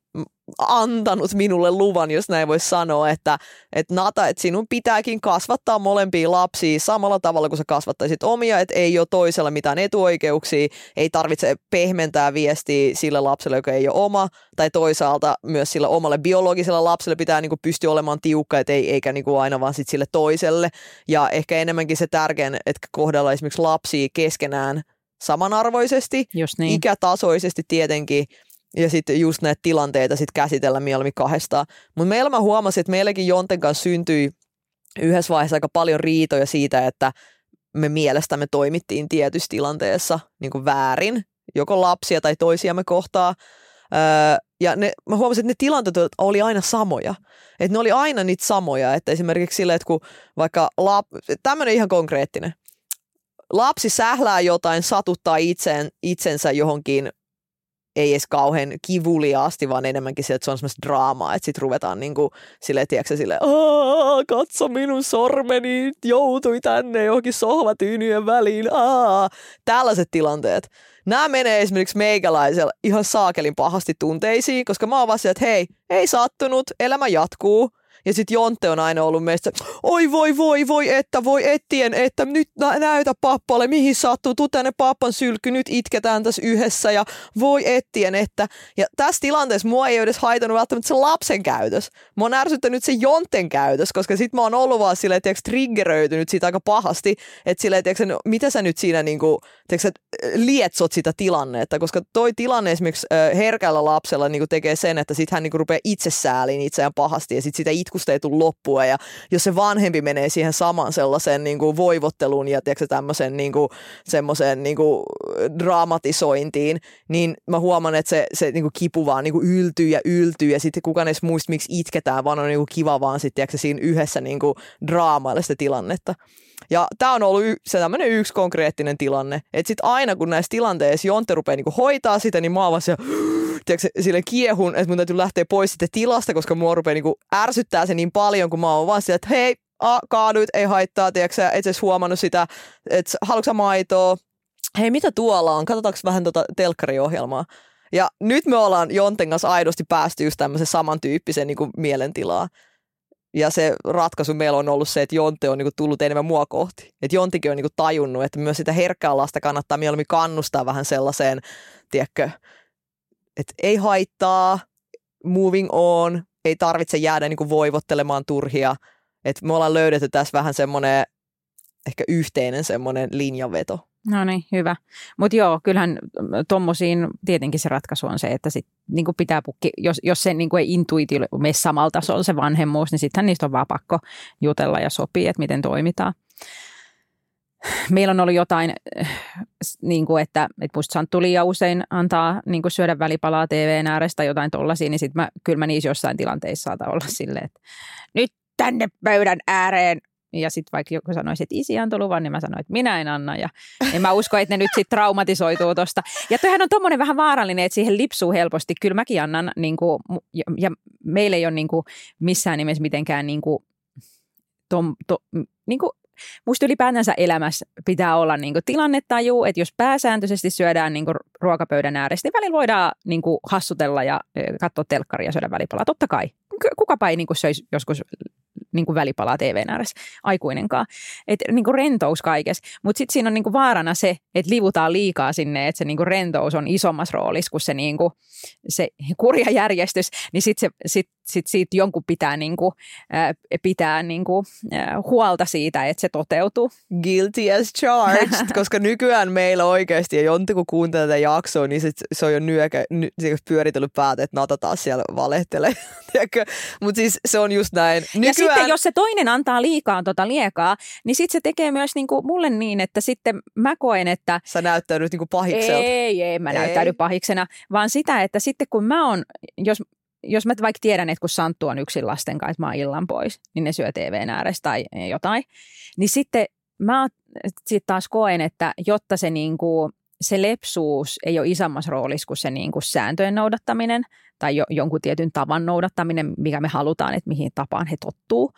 antanut minulle luvan, jos näin voisi sanoa, että, että Nata, että sinun pitääkin kasvattaa molempia lapsia samalla tavalla, kun sä kasvattaisit omia, että ei ole toisella mitään etuoikeuksia, ei tarvitse pehmentää viestiä sille lapselle, joka ei ole oma, tai toisaalta myös sille omalle biologiselle lapselle pitää niin kuin pystyä olemaan tiukka, et ei, eikä niin kuin aina vaan sit sille toiselle, ja ehkä enemmänkin se tärkein, että kohdella esimerkiksi lapsia keskenään samanarvoisesti, niin. ikätasoisesti tietenkin, ja sitten just näitä tilanteita sit käsitellä mieluummin kahdestaan. Mutta meillä mä huomasin, että meilläkin Jonten kanssa syntyi yhdessä vaiheessa aika paljon riitoja siitä, että me mielestämme toimittiin tietyssä tilanteessa niin kuin väärin, joko lapsia tai toisiamme kohtaa. Öö, ja ne, mä huomasin, että ne tilanteet oli aina samoja. Että ne oli aina niitä samoja. Että esimerkiksi silleen, että kun vaikka lap... tämmöinen ihan konkreettinen. Lapsi sählää jotain, satuttaa itseen, itsensä johonkin, ei edes kauhean kivuliaasti, vaan enemmänkin se, että se on semmoista draamaa, että sitten ruvetaan niin kuin silleen, tiedätkö silleen, aah, katso minun sormeni, joutui tänne johonkin sohvatyynyjen väliin, aah. Tällaiset tilanteet. Nämä menee esimerkiksi meikäläisellä ihan saakelin pahasti tunteisiin, koska mä oon vaan että hei, ei sattunut, elämä jatkuu. Ja sitten Jonte on aina ollut meistä, oi voi voi voi, että voi ettien, että nyt näytä pappalle, mihin sattuu, tuu tänne pappan sylky, nyt itketään tässä yhdessä ja voi ettien, että. Ja tässä tilanteessa mua ei ole edes haitannut välttämättä se lapsen käytös. Mä oon ärsyttänyt se Jonten käytös, koska sit mä oon ollut vaan silleen, tiiäks, triggeröitynyt siitä aika pahasti, että silleen, tiiäks, no, mitä sä nyt siinä niinku, tiiäks, lietsot sitä tilannetta, koska toi tilanne esimerkiksi äh, herkällä lapsella niinku tekee sen, että sit hän niinku rupeaa itse sääliin itseään pahasti ja sit sitä itkusta ei tule loppua, ja jos se vanhempi menee siihen saman sellaisen niin kuin voivotteluun ja tiedätkö, tämmöisen niin kuin, semmoisen niin kuin dramatisointiin, niin mä huomaan, että se, se niin kuin kipu vaan niin kuin yltyy ja yltyy, ja sitten kukaan edes muista, miksi itketään, vaan on niin kuin kiva vaan sitten, tiedätkö, siinä yhdessä niin kuin draamailla sitä tilannetta. Ja tämä on ollut y- se tämmöinen yksi konkreettinen tilanne, että sitten aina kun näissä tilanteissa Jonte rupeaa niinku hoitaa sitä, niin mä oon vaan siellä, tiedätkö, silleen kiehun, että mun täytyy lähteä pois sitten tilasta, koska mua rupeaa niinku ärsyttää se niin paljon, kun mä oon vaan siellä, että hei, a, kaaduit, ei haittaa, tiedätkö, et edes huomannut sitä, että haluatko sä maitoa, hei mitä tuolla on, katsotaanko vähän tota telkkariohjelmaa. Ja nyt me ollaan Jonten kanssa aidosti päästy just tämmöisen samantyyppisen niin kuin mielentilaan. Ja se ratkaisu meillä on ollut se, että Jonte on niin kuin tullut enemmän mua kohti. Että Jontikin on niin kuin tajunnut, että myös sitä herkkää lasta kannattaa mieluummin kannustaa vähän sellaiseen, tiedätkö, että ei haittaa, moving on, ei tarvitse jäädä niin kuin voivottelemaan turhia. Että me ollaan löydetty tässä vähän semmoinen ehkä yhteinen semmoinen linjanveto. No niin, hyvä. Mutta joo, kyllähän tommosiin tietenkin se ratkaisu on se, että sit, niinku pitää pukki, jos, jos se niinku ei intuitio mene samalla tasolla se vanhemmuus, niin sittenhän niistä on vaan pakko jutella ja sopii, että miten toimitaan. Meillä on ollut jotain, niin kuin että, että musta Santtu liian usein antaa niin kuin syödä välipalaa T V:n äärestä jotain tollaisia, niin sitten mä, kyllä mä niissä jossain tilanteissa saatan olla silleen, että nyt tänne pöydän ääreen. Ja sitten vaikka joku sanoisi, että isi antoi luvan, niin mä sanoin, että minä en anna. Ja en mä usko, että ne nyt sitten traumatisoituu tuosta. Ja toihan on tommoinen vähän vaarallinen, että siihen lipsuu helposti. Kyllä mäkin annan, niin kuin, ja meillä ei ole niin kuin missään nimessä mitenkään niin kuin, tom, to, niin kuin musta ylipäätänsä elämässä pitää olla niin kuin tilannetaju, että jos pääsääntöisesti syödään niin kuin ruokapöydän ääressä, niin välillä voidaan niin kuin hassutella ja katsoa telkkaria ja syödä välipalaa. Totta kai. Kukapa ei niin kuin söisi joskus niin kuin välipalaa T V:n ääressä, aikuinenkaan. Että niin kuin rentous kaikessa. Mutta sitten siinä on niin kuin vaarana se, että livutaan liikaa sinne, että se niin kuin rentous on isommassa roolissa kuin se, niin kuin, se kurja järjestys, niin sitten sit, sit siitä jonkun pitää, niin kuin, äh, pitää niin kuin, äh, huolta siitä, että se toteutuu. Guilty as charged, koska nykyään meillä oikeasti, ja Jonte kun kuuntelee tätä jaksoa, niin sit se on jo nyökä, ny, pyöritellyt päätä, että Nata taas siellä valehtelee. Mutta siis se on just näin. Nykyään... Ja sitten jos se toinen antaa liikaa tota liekaa, niin sitten se tekee myös niinku mulle niin, että sitten mä koen, että... Sä näyttäydyt niinku pahikselta. Ei, ei, mä ei. näyttäydy pahiksena, vaan sitä, että sitten kun mä oon, jos, jos mä vaikka tiedän, että kun Santtu on yksin lasten kanssa, että mä oon illan pois, niin ne syö T V:n ääressä tai jotain, niin sitten mä sit taas koen, että jotta se niinku... se lepsuus ei ole isommassa roolissa kuin se niin kuin sääntöjen noudattaminen tai jo, jonkun tietyn tavan noudattaminen, mikä me halutaan, että mihin tapaan he tottuu.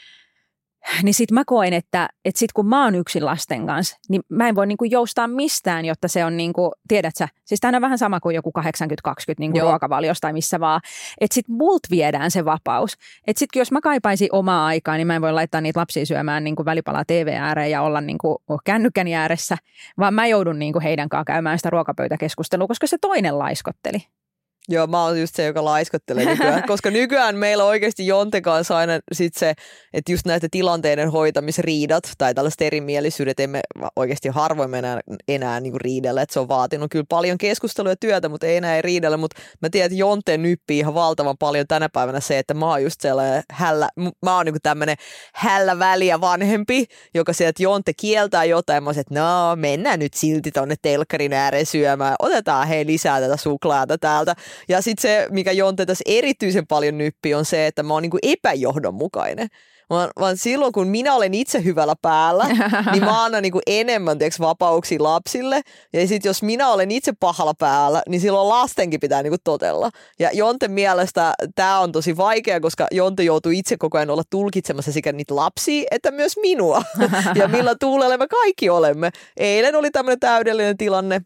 Niin sit mä koen, että, että sit kun mä oon yksin lasten kanssa, niin mä en voi niin kuin joustaa mistään, jotta se on niin kuin, tiedät sä, siis tämä on vähän sama kuin joku kahdeksankymmentä kaksikymmentä niin kuin ruokavaliosta tai missä vaan, että sit multa viedään se vapaus. Että sit jos mä kaipaisin omaa aikaa, niin mä en voi laittaa niitä lapsia syömään niin kuin välipalaa T V ääreen ja olla niin kuin kännykkäni ääressä, vaan mä joudun niin kuin heidän kanssaan käymään sitä ruokapöytäkeskustelua, koska se toinen laiskotteli. Joo, mä oon just se, joka laiskottelee nykyään, koska nykyään meillä on oikeasti Jonten kanssa aina sit se, että just näitä tilanteiden hoitamisriidat tai tällaiset erimielisyydet, emme oikeasti harvoin enää, enää niinku riidellä, että se on vaatinut kyllä paljon keskustelua ja työtä, mutta ei enää ei riidellä, mutta mä tiedän, että Jonte nyppii ihan valtavan paljon tänä päivänä se, että mä oon just sellainen hällä, mä oon niinku tämmönen hällä väliä vanhempi, joka sieltä, että Jonte kieltää jotain, mä oon se, että no mennään nyt silti tonne telkkarin ääreen syömään, otetaan hei lisää tätä suklaata täältä. Ja sitten se, mikä Jonte tässä erityisen paljon nyppi, on se, että mä oon niinku epäjohdonmukainen. Vaan, vaan silloin, kun minä olen itse hyvällä päällä, niin mä annan niinku enemmän tiiäks, vapauksia lapsille. Ja sitten jos minä olen itse pahalla päällä, niin silloin lastenkin pitää niinku totella. Ja Jonten mielestä tämä on tosi vaikea, koska Jonte joutuu itse koko ajan olla tulkitsemassa sekä niitä lapsia, että myös minua. Ja millä tuulella me kaikki olemme. Eilen oli tämmöinen täydellinen tilanne.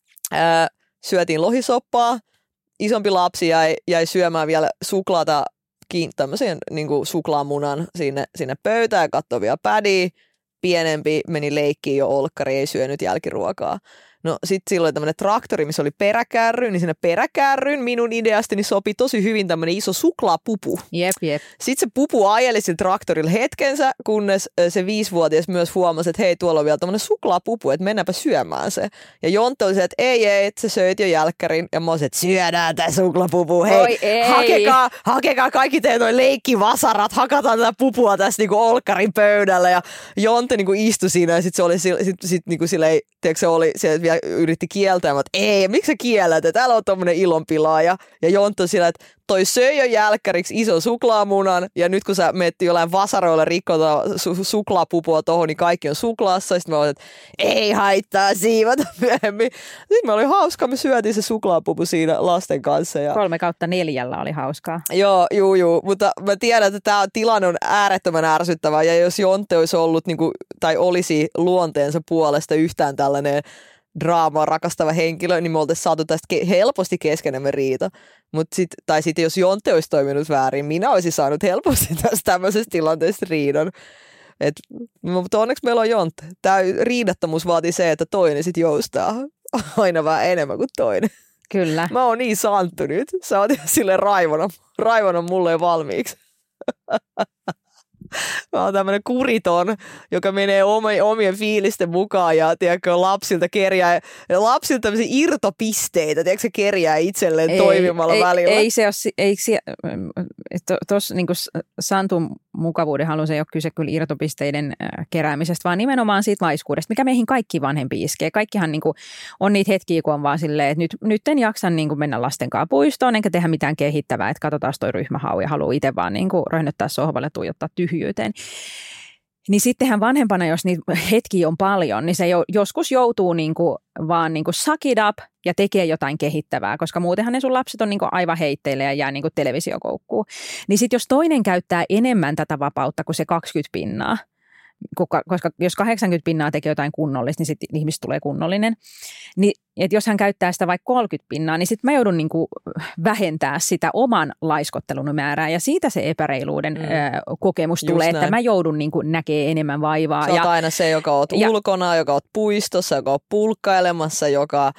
Ää, syötiin lohisoppaa. Isompi lapsi jäi, jäi syömään vielä suklaata, tämmöisen niin kuin suklaamunan sinne, sinne pöytään ja katsoi vielä pädiä. Pienempi meni leikkiin jo olkkari, ei syönyt jälkiruokaa. No sitten silloin tämmöinen traktori, missä oli peräkärry, niin sinne peräkärryn minun ideastani sopi tosi hyvin tämmöinen iso suklaapupu. Jep, jep. Sitten se pupu ajeli sillä traktorilla hetkensä, kunnes se viisivuotias myös huomasi, että hei, tuolla on vielä tämmöinen suklaapupu, että mennäänpä syömään se. Ja Jonte oli se, että ei, ei, että sä söit jo jälkkärin. Ja mä olisin, että syödään tää suklaapupu, hei, Oi, ei. hakekaa, hakekaa kaikki teidän noi leikkivasarat, hakataan tätä pupua tässä niinku olkkarin pöydällä. Ja Jonte niinku istui siinä ja sitten se oli sit, sit, niinku silleen, tiedätkö, se oli se vielä yritti kieltää, että ei, miksi sä kiellät, että täällä on tommonen ilonpilaaja. Ja Jontte on sillä, että toi söi jo jälkkäriksi ison suklaamunan, ja nyt kun sä menet jollain vasaroilla rikkota su- suklaapupua tohon, niin kaikki on suklaassa. Sitten mä olin, että ei haittaa siivota myöhemmin. Sitten me oli hauska, me syötiin se suklaapupu siinä lasten kanssa. Ja... Kolme kautta neljällä oli hauskaa. Joo, juu, juu. Mutta mä tiedän, että tämä tilanne on äärettömän ärsyttävä, ja jos Jonte olisi ollut, niin kuin, tai olisi luonteensa puolesta yhtään tällainen draamaa rakastava henkilö, niin me oltaisiin saatu tästä ke- helposti keskenemme riita. Mut sit, tai sitten jos Jonte olisi toiminut väärin, minä olisin saanut helposti tästä tämmöisestä tilanteesta riidan. Et, mutta onneksi meillä on Jonte. Tämä riidattomuus vaatii se, että toinen sitten joustaa aina vähän enemmän kuin toinen. Kyllä. Mä oon niin santtu nyt. Sä oot silleen raivona, raivona mulle jo valmiiksi. Mä oon tämmönen kuriton, joka menee omien fiilisten mukaan ja tiedätkö, lapsilta kerjää, lapsilta tämmöisiä irtopisteitä, tiedätkö, kerjää itselleen ei, toimimalla ei, välillä. Ei se ole, ei se, tuossa niin Santun mukavuuden haluun se ei ole kyse kyllä irtopisteiden keräämisestä, vaan nimenomaan siitä laiskuudesta, mikä meihin kaikki vanhempi iskee. Kaikkihan niin kuin, on niitä hetkiä, kun on vaan silleen, että nyt, nyt en jaksa niin kuin mennä lasten kanssa puistoon, enkä tehdä mitään kehittävää, että katsotaan toi ryhmähau ja haluaa itse vaan niin kuin röhnöttää sohvalle, tuijottaa tyhjyyteen. Niin sittenhän vanhempana, jos niitä hetkiä on paljon, niin se jo, joskus joutuu niinku vaan niinku suck it up ja tekee jotain kehittävää, koska muutenhan ne sun lapset on niinku aivan heitteille ja jää niinku televisiokoukkuun. Niin sitten jos toinen käyttää enemmän tätä vapautta kuin se kaksikymmentä pinnaa, koska jos kahdeksankymmentä pinnaa tekee jotain kunnollista, niin sitten ihmistä tulee kunnollinen. Niin, että jos hän käyttää sitä vaikka kolmekymmentä pinnaa, niin sitten mä joudun niinku vähentää sitä oman laiskottelun määrää. Ja siitä se epäreiluuden mm. ö, kokemus Just tulee, näin. Että mä joudun niinku näkee enemmän vaivaa. Sä oot ja, aina se, joka oot ja, ulkona, joka oot puistossa, joka oot pulkkailemassa, joka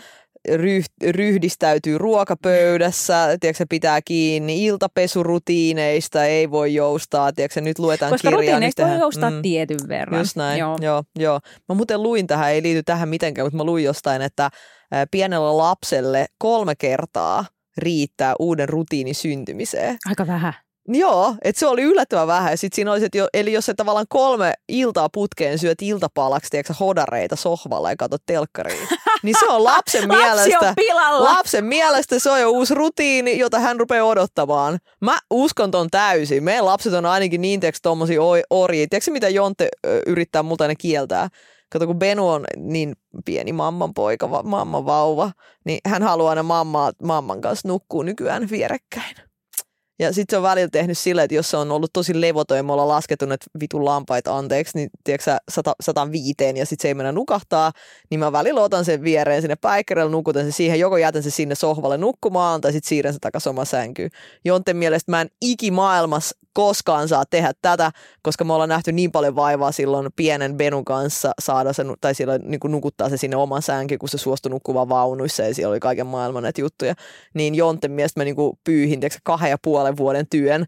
ryhdistäytyy ruokapöydässä, tiedätkö, pitää kiinni iltapesurutiineista, ei voi joustaa, tiedätkö, nyt luetaan koska kirjaa. Koska rutiineista niin voi joustaa mm, tietyn verran. Just näin, joo. Joo, joo. Mä muuten luin tähän, ei liity tähän mitenkään, mutta mä luin jostain, että pienellä lapselle kolme kertaa riittää uuden rutiinin syntymiseen. Aika vähän. Joo, että se oli yllättävän vähän. Sitten siinä olisi, että jo, eli jos se tavallaan kolme iltaa putkeen syöt iltapalaksi, tiedätkö, hodareita sohvalla ja katsot telkkariin, niin se on lapsen mielestä, on pilalla. lapsen mielestä se on jo uusi rutiini, jota hän rupeaa odottamaan. Mä uskon ton täysin. Meidän lapset on ainakin niin, tiedätkö, tommosia orjia. Tiedätkö, mitä Jonte yrittää multa aina kieltää? Kato, kun Benu on niin pieni mamman poika, mamman vauva, niin hän haluaa aina mammaa, mamman kanssa nukkua nykyään vierekkäin. Ja sitten se on välillä tehnyt silleen, että jos se on ollut tosi levoton ja me ollaan laskettu näitä vitun lampaita anteeksi, niin tiedätkö sä, sata viiteen ja sitten se ei mennä nukahtaa, niin mä välillä otan sen viereen sinne päikkäreelle, nukutan sen siihen, joko jätän sen sinne sohvalle nukkumaan tai sitten siirrän sen takaisin omaan sänkyyn. Jonten mielestä mä en ikimaailmassa koskaan saa tehdä tätä, koska me ollaan nähty niin paljon vaivaa silloin pienen Benun kanssa saada sen, tai silloin niin kuin nukuttaa se sinne oman sänkyyn, kun se suostui nukkumaan vaunuissa ja siellä oli kaiken maailman näitä juttuja. Niin Jonten mielestä mä niin kuin pyyhin tiedätkö, kahden ja puolen vuoden työn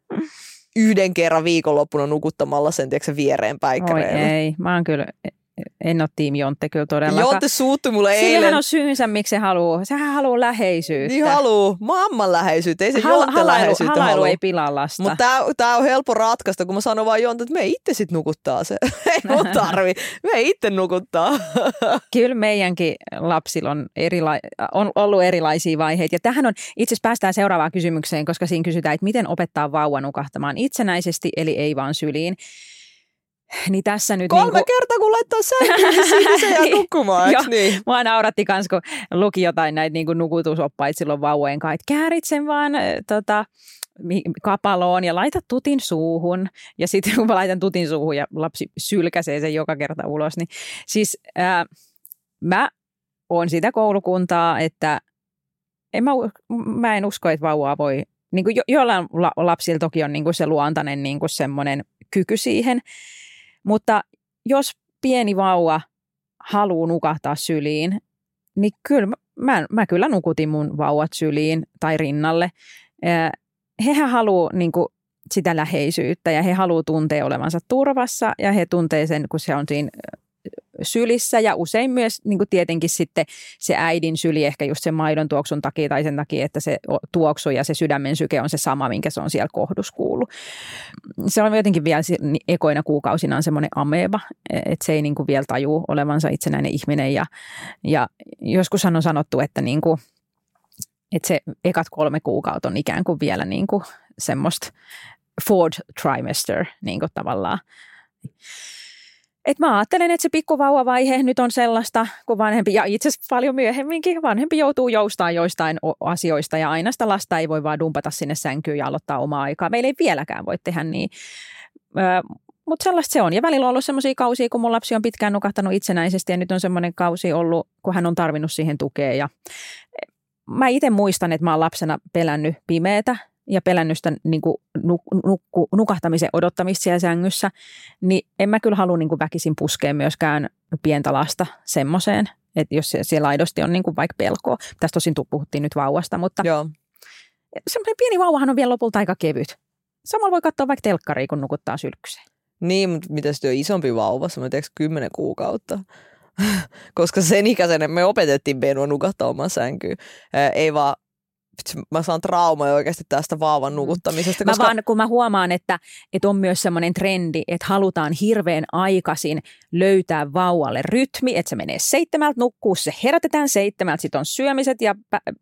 yhden kerran viikonloppuna nukuttamalla sen tiedätkö, viereen päikkäreille. Oi ei, mä oon kyllä, en ole tiim Jontte kyllä todellakaan. Jonte suuttui mulle eilen. Sillähän on syynsä, miksi se haluaa. Sehän haluaa läheisyyttä. Niin haluaa. Mamman läheisyyttä, ei se Hal- Jonte halailu, läheisyyttä halailu halua. ei pilaa lasta. Mutta tää on helppo ratkaista, kun mä sanon vaan Jonte, että me itse sit nukuttaa se. Ei mun tarvi. Me itse nukuttaa. Kyllä meidänkin lapsilla on, erila- on ollut erilaisia vaiheita. Ja tähän on, itse asiassa päästään seuraavaan kysymykseen, koska siinä kysytään, että miten opettaa vauva nukahtamaan itsenäisesti, eli ei vaan syliin. Niin tässä nyt Kolme niinku... kertaa, kun laittaa sänkyyn, niin siinä se jää nukkumaan, eikö niin? Mua nauratti kans, kun luki jotain näitä niinku nukutusoppaita silloin vauvojen kanssa, että käärit sen vaan tota, kapaloon ja laita tutin suuhun. Ja sitten kun mä laitan tutin suuhun ja lapsi sylkäsee sen joka kerta ulos, niin siis ää, mä oon sitä koulukuntaa, että en mä, mä en usko, että vauvaa voi, niin kuin jo, jollain lapsilla toki on niin kuin se luontainen niin kuin semmoinen kyky siihen, mutta jos pieni vauva haluaa nukahtaa syliin, niin kyllä mä, mä kyllä nukutin mun vauvat syliin tai rinnalle. Hehän haluaa niin kuin sitä läheisyyttä ja he haluaa tuntea olevansa turvassa ja he tuntee sen, kun se on siinä sylissä ja usein myös niin kuin tietenkin sitten se äidin syli ehkä just sen maidon tuoksun takia tai sen takia, että se tuoksu ja se sydämen syke on se sama, minkä se on siellä kohdussa kuullut. Se on jotenkin vielä ekoina kuukausinaan semmoinen ameba, että se ei niin kuin vielä tajuu olevansa itsenäinen ihminen ja, ja joskushan on sanottu, että, niin kuin, että se ekat kolme kuukautta on ikään kuin vielä niin kuin semmoista fourth trimester niin kuin tavallaan. Et mä ajattelen, että se pikkuvauvavaihe nyt on sellaista, kun vanhempi, ja itse asiassa paljon myöhemminkin, vanhempi joutuu joustamaan joistain asioista, ja aina sitä lasta ei voi vaan dumpata sinne sänkyyn ja aloittaa omaa aikaa. Meillä ei vieläkään voi tehdä niin. mutta sellaista se on. Ja välillä on ollut semmoisia kausia, kun mun lapsi on pitkään nukahtanut itsenäisesti ja nyt on semmoinen kausi ollut, kun hän on tarvinnut siihen tukea. Ja mä itse muistan, että mä oon lapsena pelännyt pimeätä ja pelännyt sitä niin kuin nuk- nukku- nukahtamisen odottamista siellä sängyssä, niin en mä kyllä halua niin kuin väkisin puskea myöskään pientä lasta semmoiseen, että jos siellä aidosti on niin kuin vaikka pelkoa. Tästä tosin puhuttiin nyt vauvasta, mutta Joo. semmoinen pieni vauvahan on vielä lopulta aika kevyt. Samalla voi katsoa vaikka telkkaria, kun nukuttaa sylkyseen. Niin, mutta mitä sitten on isompi vauva, semmoinen tiedätkö kymmenen kuukautta. Koska sen ikäisenä me opetettiin Benua nukahtaa oman sänkyyn. Ää, ei vaan, mä saan traumaa oikeasti tästä vauvan nukuttamisesta. Koska... Mä vaan, kun mä huomaan, että, että on myös semmoinen trendi, että halutaan hirveän aikaisin löytää vauvalle rytmi, että se menee seitsemältä nukkuu, se herätetään seitsemältä, sitten on syömiset ja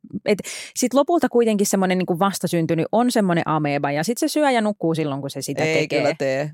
sitten lopulta kuitenkin semmoinen niin kuin vastasyntynyt on semmoinen ameba ja sitten se syö ja nukkuu silloin, kun se sitä ei tekee. Ei kyllä tee.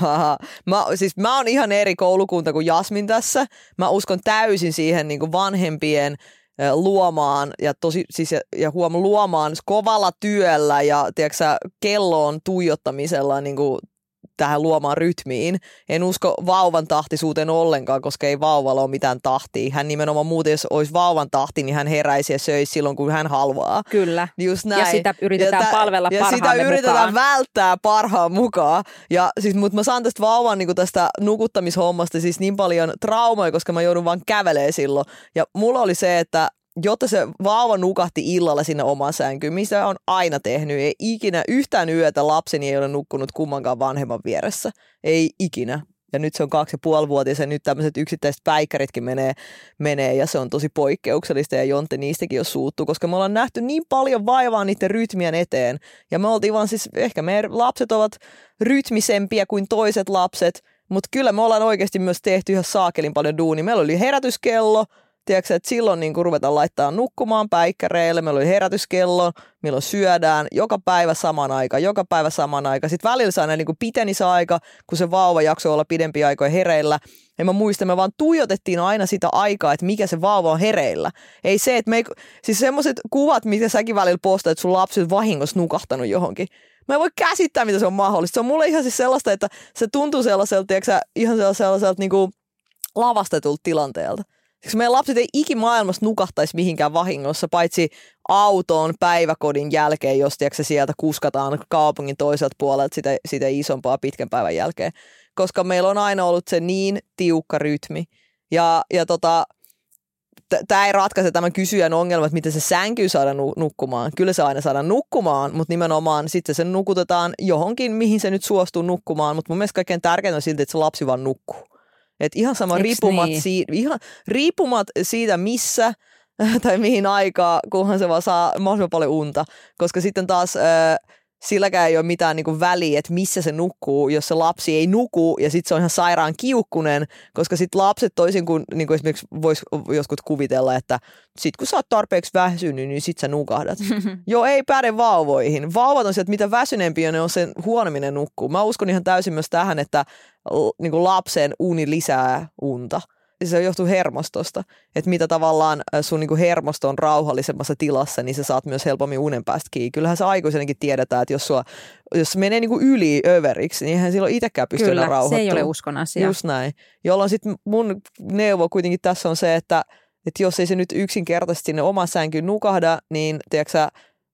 mä, siis mä oon ihan eri koulukunta kuin Jasmin tässä. Mä uskon täysin siihen niin kuin vanhempien luomaan ja, tosi, siis ja, ja huom luomaan kovalla työllä ja tiedätkö, kelloon tuijottamisella niin kuin tähän luomaan rytmiin. En usko vauvan tahtisuuteen ollenkaan, koska ei vauvalla ole mitään tahtia. Hän nimenomaan muuten, jos olisi vauvan tahti, niin hän heräisi ja söisi silloin, kun hän haluaa. Kyllä. Just näin. Ja sitä yritetään ja palvella ja parhaamme mukaan. Ja sitä yritetään mukaan. välttää parhaan mukaan. Ja siis, mutta mä saan tästä vauvan niin kuin tästä nukuttamishommasta siis niin paljon traumaa, koska mä joudun vaan kävelemään silloin. Ja mulla oli se, että jotta se vauva nukahti illalla sinne omaan sänkyyn, mistä on aina tehnyt. Ei ikinä yhtään yötä lapseni ei ole nukkunut kummankaan vanhemman vieressä. Ei ikinä. Ja nyt se on kaksi ja puoli vuotias ja nyt tämmöiset yksittäiset päikkäritkin menee, menee ja se on tosi poikkeuksellista ja Jonte niistäkin jo suuttuu, koska me ollaan nähty niin paljon vaivaa niiden rytmien eteen. Ja me oltiin vaan siis, ehkä meidän lapset ovat rytmisempiä kuin toiset lapset, mutta kyllä me ollaan oikeasti myös tehty ihan saakelin paljon duunia. Meillä oli herätyskello. Tiedätkö, että silloin niin kun ruvetaan laittaa nukkumaan päikkäreille, meillä oli herätyskello, milloin syödään, joka päivä saman aika, joka päivä saman aika. Sitten välillä saa niin kuin piteni se aika, kun se vauva jaksoi olla pidempi aikoja hereillä. Ja mä muistan, me vaan tuijotettiin aina sitä aikaa, että mikä se vauva on hereillä. Ei se, että me ei, siis semmoiset kuvat, mitä säkin välillä postat, että sun lapsi on vahingossa nukahtanut johonkin. Mä en voi käsittää, mitä se on mahdollista. Se on mulle ihan siis sellaista, että se tuntuu sellaiselta, tiedätkö, ihan sellaiselta niin kuin lavastetulta tilanteelta. Koska meidän lapset ei ikimaailmassa nukahtaisi mihinkään vahingossa, paitsi autoon päiväkodin jälkeen, jos tiedätkö, sieltä kuskataan kaupungin toiselta puolelta sitä, sitä isompaa pitkän päivän jälkeen. Koska meillä on aina ollut se niin tiukka rytmi. Ja, ja tota, tämä ei ratkaise tämän kysyjän ongelma, että miten se sänky saada nukkumaan. Kyllä se aina saadaan nukkumaan, mutta nimenomaan sitten se nukutetaan johonkin, mihin se nyt suostuu nukkumaan. Mutta mun mielestä kaikkein tärkeintä on silti, että se lapsi vaan nukkuu. Et ihan sama riippumat, niin? siitä, ihan, riippumat siitä, missä tai mihin aikaa, kunhan se vaan saa mahdollisimman paljon unta. Koska sitten taas äh, silläkään ei ole mitään niinku väliä, että missä se nukkuu, jos se lapsi ei nuku ja sitten se on ihan sairaan kiukkunen. Koska sitten lapset toisin kuin niinku esimerkiksi voisi joskus kuvitella, että sit kun sä oot tarpeeksi väsynyt, niin sit sä nukahdat. Joo, ei päde vauvoihin. Vauvat on se, että mitä väsyneempi on, ne on sen huonommin ne nukkuu. Mä uskon ihan täysin myös tähän, että niin kuin lapsen uni lisää unta. Se johtuu hermostosta. Että mitä tavallaan sun niin kuin hermosto on rauhallisemmassa tilassa, niin sä saat myös helpommin unen päästä kiinni. Kyllähän se aikuisenkin tiedetään, että jos, sua, jos se menee niin kuin yli överiksi, niin eihän silloin itsekään pysty enää rauhoittumaan. Kyllä, se ei ole uskon asia. Just näin. Jolloin sitten mun neuvo kuitenkin tässä on se, että, että jos ei se nyt yksinkertaisesti sinne oman sänkyyn nukahda, niin tiedätkö sä,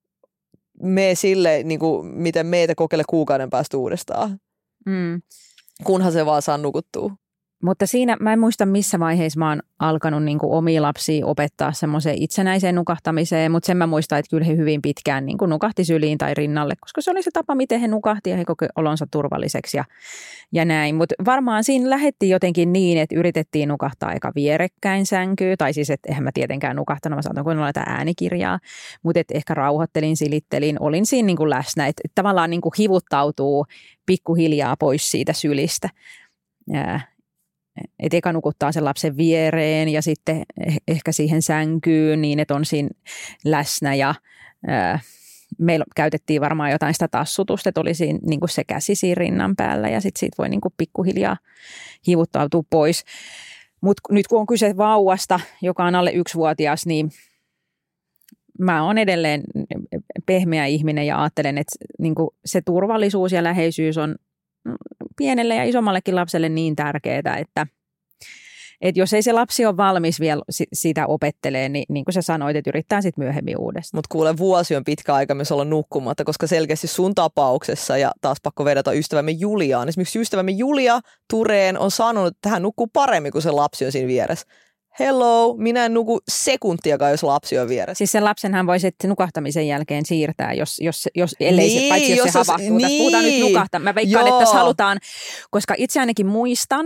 mene sille, niin kuin, miten meitä kokeile kuukauden päästä uudestaan. Mm. Kunhan se vaan saa nukuttua. Mutta siinä, mä en muista missä vaiheessa mä oon alkanut niin kuin omia lapsia opettaa semmoiseen itsenäiseen nukahtamiseen, mutta sen mä muistan, että kyllä he hyvin pitkään niin kuin nukahti syliin tai rinnalle, koska se oli se tapa, miten he nukahti ja he koki olonsa turvalliseksi ja, ja näin. Mutta varmaan siinä lähdettiin jotenkin niin, että yritettiin nukahtaa aika vierekkäin sänkyyn, tai siis, että eihän mä tietenkään nukahtanut, mä saatan kuunnella tätä äänikirjaa, mutta että ehkä rauhoittelin, silittelin, olin siinä niin kuin läsnä, että tavallaan niin kuin hivuttautuu pikkuhiljaa pois siitä sylistä. Ja että eka nukuttaa sen lapsen viereen ja sitten ehkä siihen sänkyyn niin, että on siinä läsnä ja ää, meillä käytettiin varmaan jotain sitä tassutusta, että oli siinä, niin kuin se käsi siinä rinnan päällä ja sitten siitä voi niin kuin pikkuhiljaa hivuttautua pois. Mutta nyt kun on kyse vauvasta, joka on alle yksivuotias, niin mä oon edelleen pehmeä ihminen ja ajattelen, että niin kuin se turvallisuus ja läheisyys on pienelle ja isommallekin lapselle niin tärkeää, että et jos ei se lapsi ole valmis vielä sitä opettelee, niin niin kuin sä sanoit, että yrittää sitten myöhemmin uudestaan. Mutta kuule, vuosi on pitkä aika myös olla nukkumatta, koska selkeästi sun tapauksessa, ja taas pakko vedota ystävämme Juliaan. Esimerkiksi ystävämme Julia Tureen on sanonut, että hän nukkuu paremmin, kun se lapsi on siinä vieressä. Hello, minä en nuku sekuntiakaan, jos lapsi on vieressä. Siis sen lapsenhan voi sitten nukahtamisen jälkeen siirtää, jos, jos, jos ellei niin, se, paitsi jos, jos se jos, havahtuu. Niin. Tässä puhutaan nyt nukahtaa. Mä veikkaan, Joo. että tässä halutaan, koska itse ainakin muistan,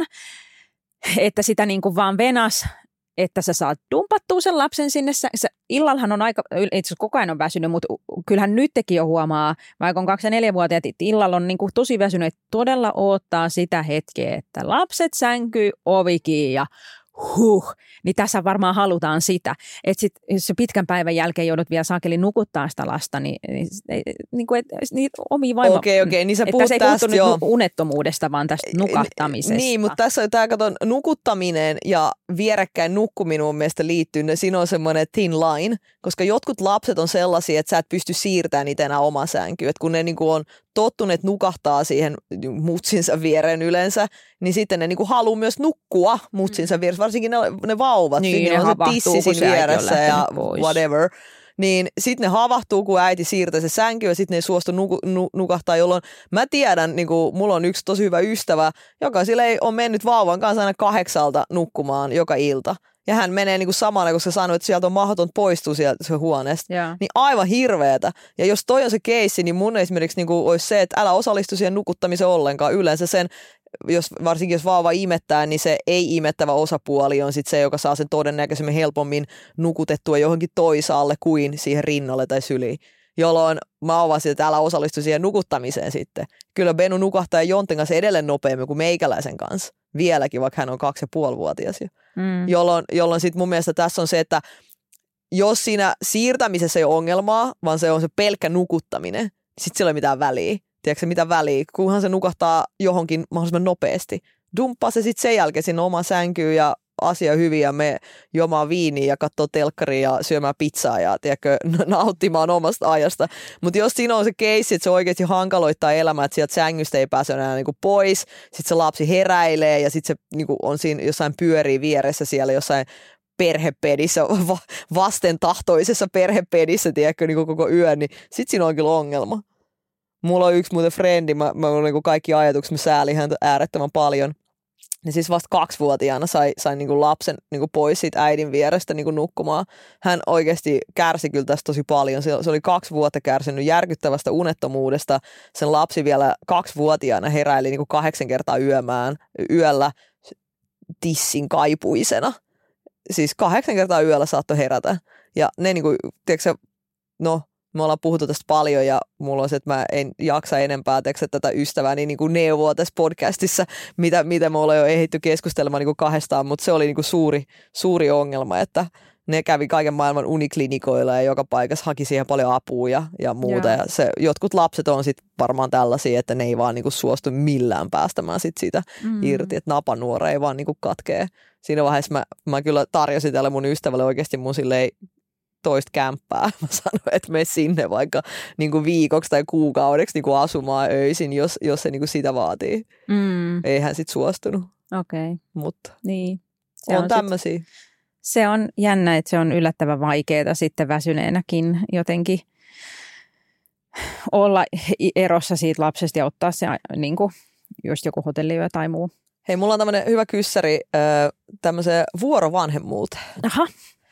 että sitä niin kuin vaan venas, että sä saat dumpattua sen lapsen sinne. Sä, illallahan on aika, itse asiassa koko ajan on väsynyt, mutta kyllähän nytkin jo huomaa, vaikka on kaksi- ja neljävuotiaat, että illalla on niin kuin tosi väsynyt, että todella odottaa sitä hetkeä, että lapset sänkyy ovikin ja huh, niin tässä varmaan halutaan sitä. Että sit, jos se pitkän päivän jälkeen joudut vielä saakeli nukuttaa sitä lasta, niin, niin, niin kuin, et, niitä omia vaimo... Okei, okei, niin sä puhut tästä. tästä, Ei puhuttu unettomuudesta, vaan tästä nukahtamisesta. Niin, mutta tässä on tämä, katon, nukuttaminen ja vierekkäin nukkuminen mun mielestä liittyy. Siinä on semmoinen thin line, koska jotkut lapset on sellaisia, että sä et pysty siirtämään niitä enää omaan sänkyyn. Että kun ne niin kuin on tottuneet nukahtaa siihen mutsinsa viereen yleensä, niin sitten ne niin kuin haluaa myös nukkua mutsinsa vieressä, varsinkin ne, ne vauvat. Niin, niin ne on se tissi siinä vieressä ja pois. whatever. Niin sitten ne havahtuu, kun äiti siirtää se sänky ja sitten ne ei suostu nuku, nu, nukahtaa, jolloin mä tiedän, niin kuin mulla on yksi tosi hyvä ystävä, joka sille ei ole mennyt vauvan kanssa aina kahdeksalta nukkumaan joka ilta. Ja hän menee niin kuin samana, koska sanoi, että sieltä on mahdoton poistua sieltä huoneesta. Yeah. Niin aivan hirveetä. Ja jos toi on se keissi, niin mun esimerkiksi niin kuin olisi se, että älä osallistu siihen nukuttamiseen ollenkaan. Yleensä sen, jos, varsinkin jos vauva imettää, niin se ei-imettävä osapuoli on sit se, joka saa sen todennäköisemmin helpommin nukutettua johonkin toisaalle kuin siihen rinnalle tai syliin. Jolloin mä avasin, että älä osallistu siihen nukuttamiseen sitten. Kyllä Benu nukahtaa Jonten kanssa edelleen nopeammin kuin meikäläisen kanssa. Vieläkin, vaikka hän on kaksi ja puolivuotias. Mm. Jolloin, jolloin sitten mun mielestä tässä on se, että jos siinä siirtämisessä ei ole ongelmaa, vaan se on se pelkkä nukuttaminen, niin sitten sillä ei ole mitään väliä. Tiedätkö mitä väliä? Kunhan se nukahtaa johonkin mahdollisimman nopeasti. Dumppaa se sitten sen jälkeen sinne omaan sänkyyn ja asia hyvin ja me juomaan viiniä ja katsoo telkkaria ja syömään pizzaa ja tiedätkö, nauttimaan omasta ajasta. Mutta jos siinä on se keissi, että se oikeasti hankaloittaa elämää, että sieltä sängystä ei pääse enää niinku pois, sitten se lapsi heräilee ja sitten se niinku on siinä jossain pyörii vieressä siellä jossain perhepedissä, vastentahtoisessa perhepedissä, tiedätkö, niin koko yön, niin sitten siinä on kyllä ongelma. Mulla on yksi muuten frendi, mä, mä olen niin kaikki ajatukset, mä säälin häntä äärettömän paljon. Niin siis vasta kaksivuotiaana sai, sai niin kuin lapsen niin kuin pois siitä äidin vierestä niin kuin nukkumaan. Hän oikeasti kärsi kyllä tästä tosi paljon. Se, se oli kaksi vuotta kärsinyt järkyttävästä unettomuudesta. Sen lapsi vielä kaksivuotiaana heräili niin kuin kahdeksan kertaa yömään, yöllä tissin kaipuisena. Siis kahdeksan kertaa yöllä saattoi herätä. Ja ne niin kuin, tiedätkö, no... Me ollaan puhuttu tästä paljon ja mulla on se, että mä en jaksa enempää teksä tätä ystävääni niin kuin neuvoa tässä podcastissa, mitä, mitä me ollaan jo ehditty keskustelemaan niin kuin kahdestaan, mutta se oli niin kuin suuri, suuri ongelma, että ne kävi kaiken maailman uniklinikoilla ja joka paikassa haki siihen paljon apua ja, ja muuta. Ja se, jotkut lapset on sitten varmaan tällaisia, että ne ei vaan niin kuin suostu millään päästämään sit siitä mm. irti, että napanuora ei vaan niin kuin katkee. Siinä vaiheessa mä, mä kyllä tarjosin tälle mun ystävälle oikeasti mun silleen toista kämppää. Mä sanoin, että mene sinne vaikka niin kuin viikoksi tai kuukaudeksi niin kuin asumaan öisin, jos, jos se niin kuin sitä vaatii. Mm. Ei hän sitten suostunut. Okei. Okay. Mutta niin. on, on tämmöisiä. Se on jännä, että se on yllättävän vaikeaa sitten väsyneenäkin jotenkin olla erossa siitä lapsesta ja ottaa se niin kuin just joku hotelliyö tai muu. Hei, mulla on tämmöinen hyvä kyssäri tämmöiseen vuorovanhemmuuteen. Aha.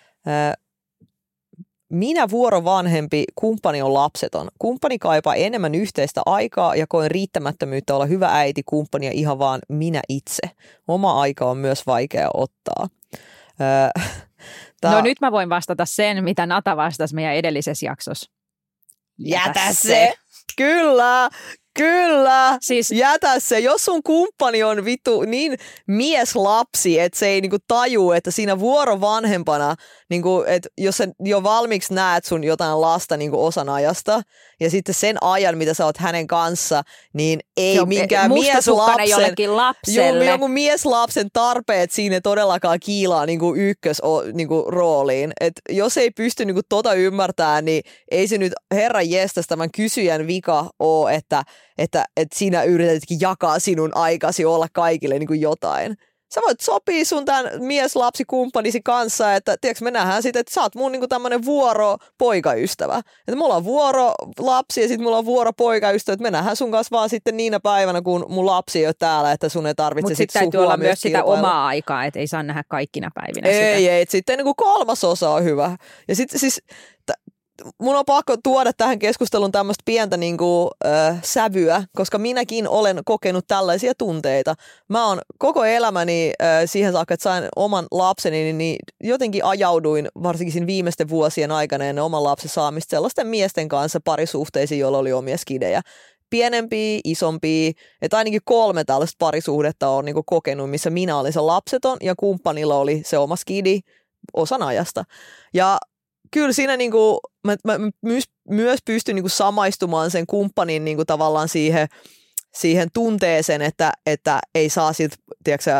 Minä vuorovanhempi, kumppani on lapseton. Kumppani kaipaa enemmän yhteistä aikaa ja koen riittämättömyyttä olla hyvä äiti, kumppani ja ihan vaan minä itse. Oma aika on myös vaikea ottaa. Tää... No nyt mä voin vastata sen, mitä Nata vastasi meidän edellisessä jaksossa. Jätä, Jätä se! se. Kyllä! Kyllä, siis jätä se. Jos sun kumppani on vittu niin mieslapsi, että se ei niinku taju, että siinä vuorovanhempana, niinku, että jos sä jo valmiiksi näet sun jotain lasta niinku osan ajasta, ja sitten sen ajan, mitä sä oot hänen kanssa, niin ei jo, minkään mieslapsen, jollekin lapselle. Joo, jonkun mieslapsen tarpeet siinä todellakaan kiilaa niinku ykkös niinku rooliin. Et jos ei pysty niinku tota ymmärtämään, niin ei se nyt herran jestas tämän kysyjän vika ole, että että, että sinä yritätkin jakaa sinun aikasi olla kaikille niin kuin jotain. Sä voit sopia sun tämän mies-lapsikumppanisi kanssa, että tiedätkö, me nähdään sitten, että sä oot mun niinku tämmönen vuoro-poikaystävä. Että mulla on vuoro-lapsi ja sitten mulla on vuoro-poikaystävä, että me nähdään sun kanssa vaan sitten niinä päivänä, kun mun lapsi ei ole täällä, että sun ei tarvitse Mutta sit sitten täytyy olla myös sitä kilpailla. omaa aikaa, että ei saa nähdä kaikkina päivinä ei, sitä. Ei, ei, sitten niinku kolmas osa on hyvä. Ja sitten siis... T- Mun on pakko tuoda tähän keskusteluun tämmöistä pientä niin kuin, äh, sävyä, koska minäkin olen kokenut tällaisia tunteita. Mä oon koko elämäni äh, siihen saakka, että sain oman lapseni, niin, niin jotenkin ajauduin varsinkin siinä viimeisten vuosien aikana ennen oman lapsen saamista sellaisten miesten kanssa parisuhteisiin, joilla oli omia skidejä. Pienempiä, isompia, että ainakin kolme tällaista parisuhdetta on niin kuin kokenut, missä minä olin se lapseton ja kumppanilla oli se oma skidi osan ajasta. Ja kyllä siinä niinku, mä, mä myös, myös pystyn niinku samaistumaan sen kumppanin niinku tavallaan siihen, siihen tunteeseen, että, että ei saa siltä, tiedätkö,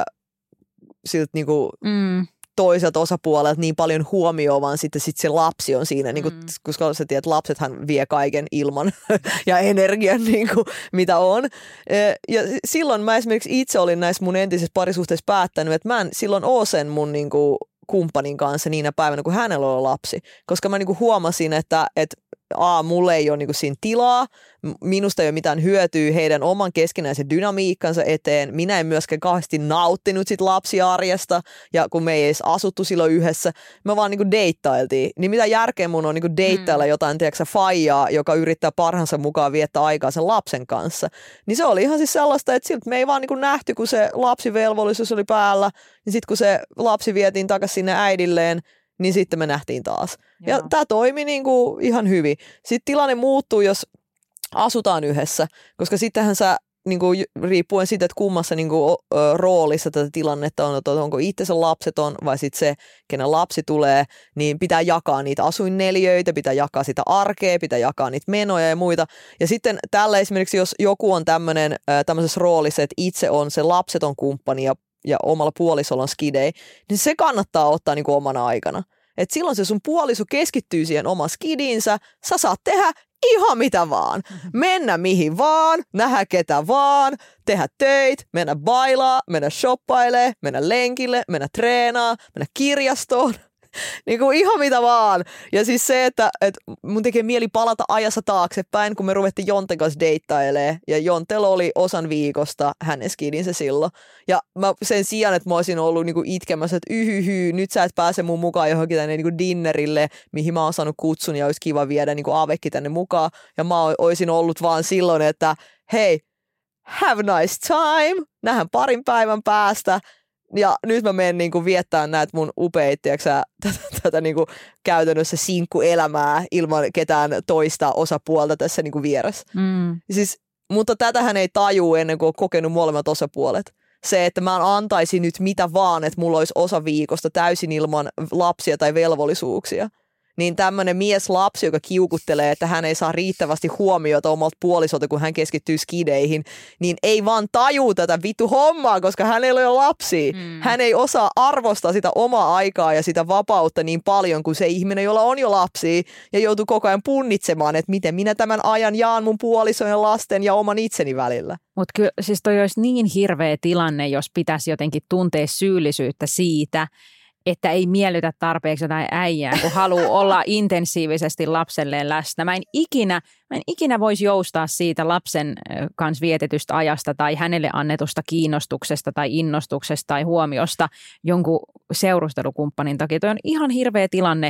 siltä niinku mm. toiselta osapuolelta niin paljon huomioon, vaan sitten sit se lapsi on siinä, niinku, mm. koska sä tiedät, lapsethan vie kaiken ilman ja energian, niinku, mitä on. Ja silloin mä esimerkiksi itse olin näissä mun entisissä parisuhteissa päättänyt, että mä en silloin oo sen mun niinku, kumppanin kanssa niinä päivänä, kun hänellä oli lapsi. Koska mä niinku huomasin, että, että a, mulle ei ole niinku siinä tilaa, minusta ei ole mitään hyötyä heidän oman keskinäisen dynamiikkansa eteen. Minä en myöskään kauheasti nauttinut sit lapsiarjesta, ja kun me ei edes asuttu silloin yhdessä, me vaan niinku deittailtiin. Niin mitä järkeä mun on niinku deittailla mm. jotain, tiedätkö, faijaa, joka yrittää parhaansa mukaan viettää aikaa sen lapsen kanssa. Niin se oli ihan siis sellaista, että siltä me ei vaan niinku nähty, kun se lapsivelvollisuus oli päällä, niin sitten kun se lapsi vietiin takaisin sinne äidilleen, niin sitten me nähtiin taas. Joo. Ja tämä toimi niinku ihan hyvin. Sitten tilanne muuttuu, jos asutaan yhdessä, koska sittenhän sä niinku, riippuen siitä, että kummassa niinku, ö, roolissa tätä tilannetta on, että onko itse se lapseton vai sitten se, kenen lapsi tulee, niin pitää jakaa niitä asuinneliöitä, pitää jakaa sitä arkea, pitää jakaa niitä menoja ja muita. Ja sitten tällä esimerkiksi, jos joku on tämmöinen tämmöisessä roolissa, että itse on se lapseton kumppani ja ja omalla puolisolla on skidei, niin se kannattaa ottaa niin kuin omana aikana. Et silloin se sun puoliso keskittyy siihen omaan skidiinsä, sä saat tehdä ihan mitä vaan. Mennä mihin vaan, nähdä ketä vaan, tehdä töitä, mennä bailaa, mennä shoppailee, mennä lenkille, mennä treenaa, mennä kirjastoon. Niin kuin ihan mitä vaan. Ja siis se, että, että mun tekee mieli palata ajassa taaksepäin, kun me ruvettiin Jonten kanssa deittailemaan. Ja Jontelo oli osan viikosta hänen skidinsä silloin. Ja mä sen sijaan, että mä olisin ollut niin kuin itkemässä, että yhyhy, nyt sä et pääse mun mukaan johonkin tänne niin kuin dinnerille, mihin mä oon saanut kutsun ja olisi kiva viedä niin kuin Avekki tänne mukaan. Ja mä olisin ollut vaan silloin, että hei, have a nice time, nähdään parin päivän päästä. Ja nyt mä menen niinku viettämään näitä mun upeita, tiiäksä, tätä, tätä niinku käytännössä sinkkuelämää ilman ketään toista osapuolta tässä niinku vieressä. Mm. Siis, mutta tätähän ei tajuu ennen kuin on kokenut molemmat osapuolet. Se, että mä antaisin nyt mitä vaan, että mulla olisi osa viikosta täysin ilman lapsia tai velvollisuuksia. Niin tämmöinen mies-lapsi, joka kiukuttelee, että hän ei saa riittävästi huomiota omalta puolisolta, kun hän keskittyy skideihin, niin ei vaan tajuu tätä vittu hommaa, koska hän ei ole lapsia. Mm. Hän ei osaa arvostaa sitä omaa aikaa ja sitä vapautta niin paljon kuin se ihminen, jolla on jo lapsia ja joutuu koko ajan punnitsemaan, että miten minä tämän ajan jaan mun puolison ja lasten ja oman itseni välillä. Mutta kyllä siis toi olisi niin hirveä tilanne, jos pitäisi jotenkin tuntea syyllisyyttä siitä, että ei miellytä tarpeeksi jotain äijää, kun haluaa olla intensiivisesti lapselleen läsnä. Mä en ikinä, mä en ikinä voisi joustaa siitä lapsen kanssa vietetystä ajasta tai hänelle annetusta kiinnostuksesta tai innostuksesta tai huomiosta jonkun seurustelukumppanin takia. Toi on ihan hirveä tilanne.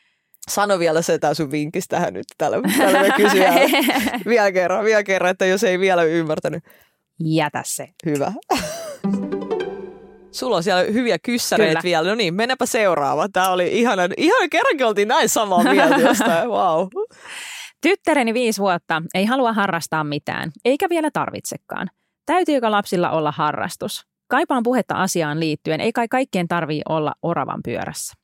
Sano vielä se tää sun vinkistä tähän nyt, tällä, tällä me kysyään. vielä kerran, vielä kerran, että jos ei vielä ymmärtänyt. Jätä se. Hyvä. Sulla on siellä hyviä kyssäreitä Kyllä. vielä. No niin, mennäpä seuraava. Tämä oli ihana. Ihana kerrankin oltiin näin samaa mieltä jostain. Wow. Tyttäreni viisi vuotta ei halua harrastaa mitään, eikä vielä tarvitsekaan. Täytyykö lapsilla olla harrastus? Kaipaan puhetta asiaan liittyen. Ei kai kaikkien tarvii olla oravan pyörässä.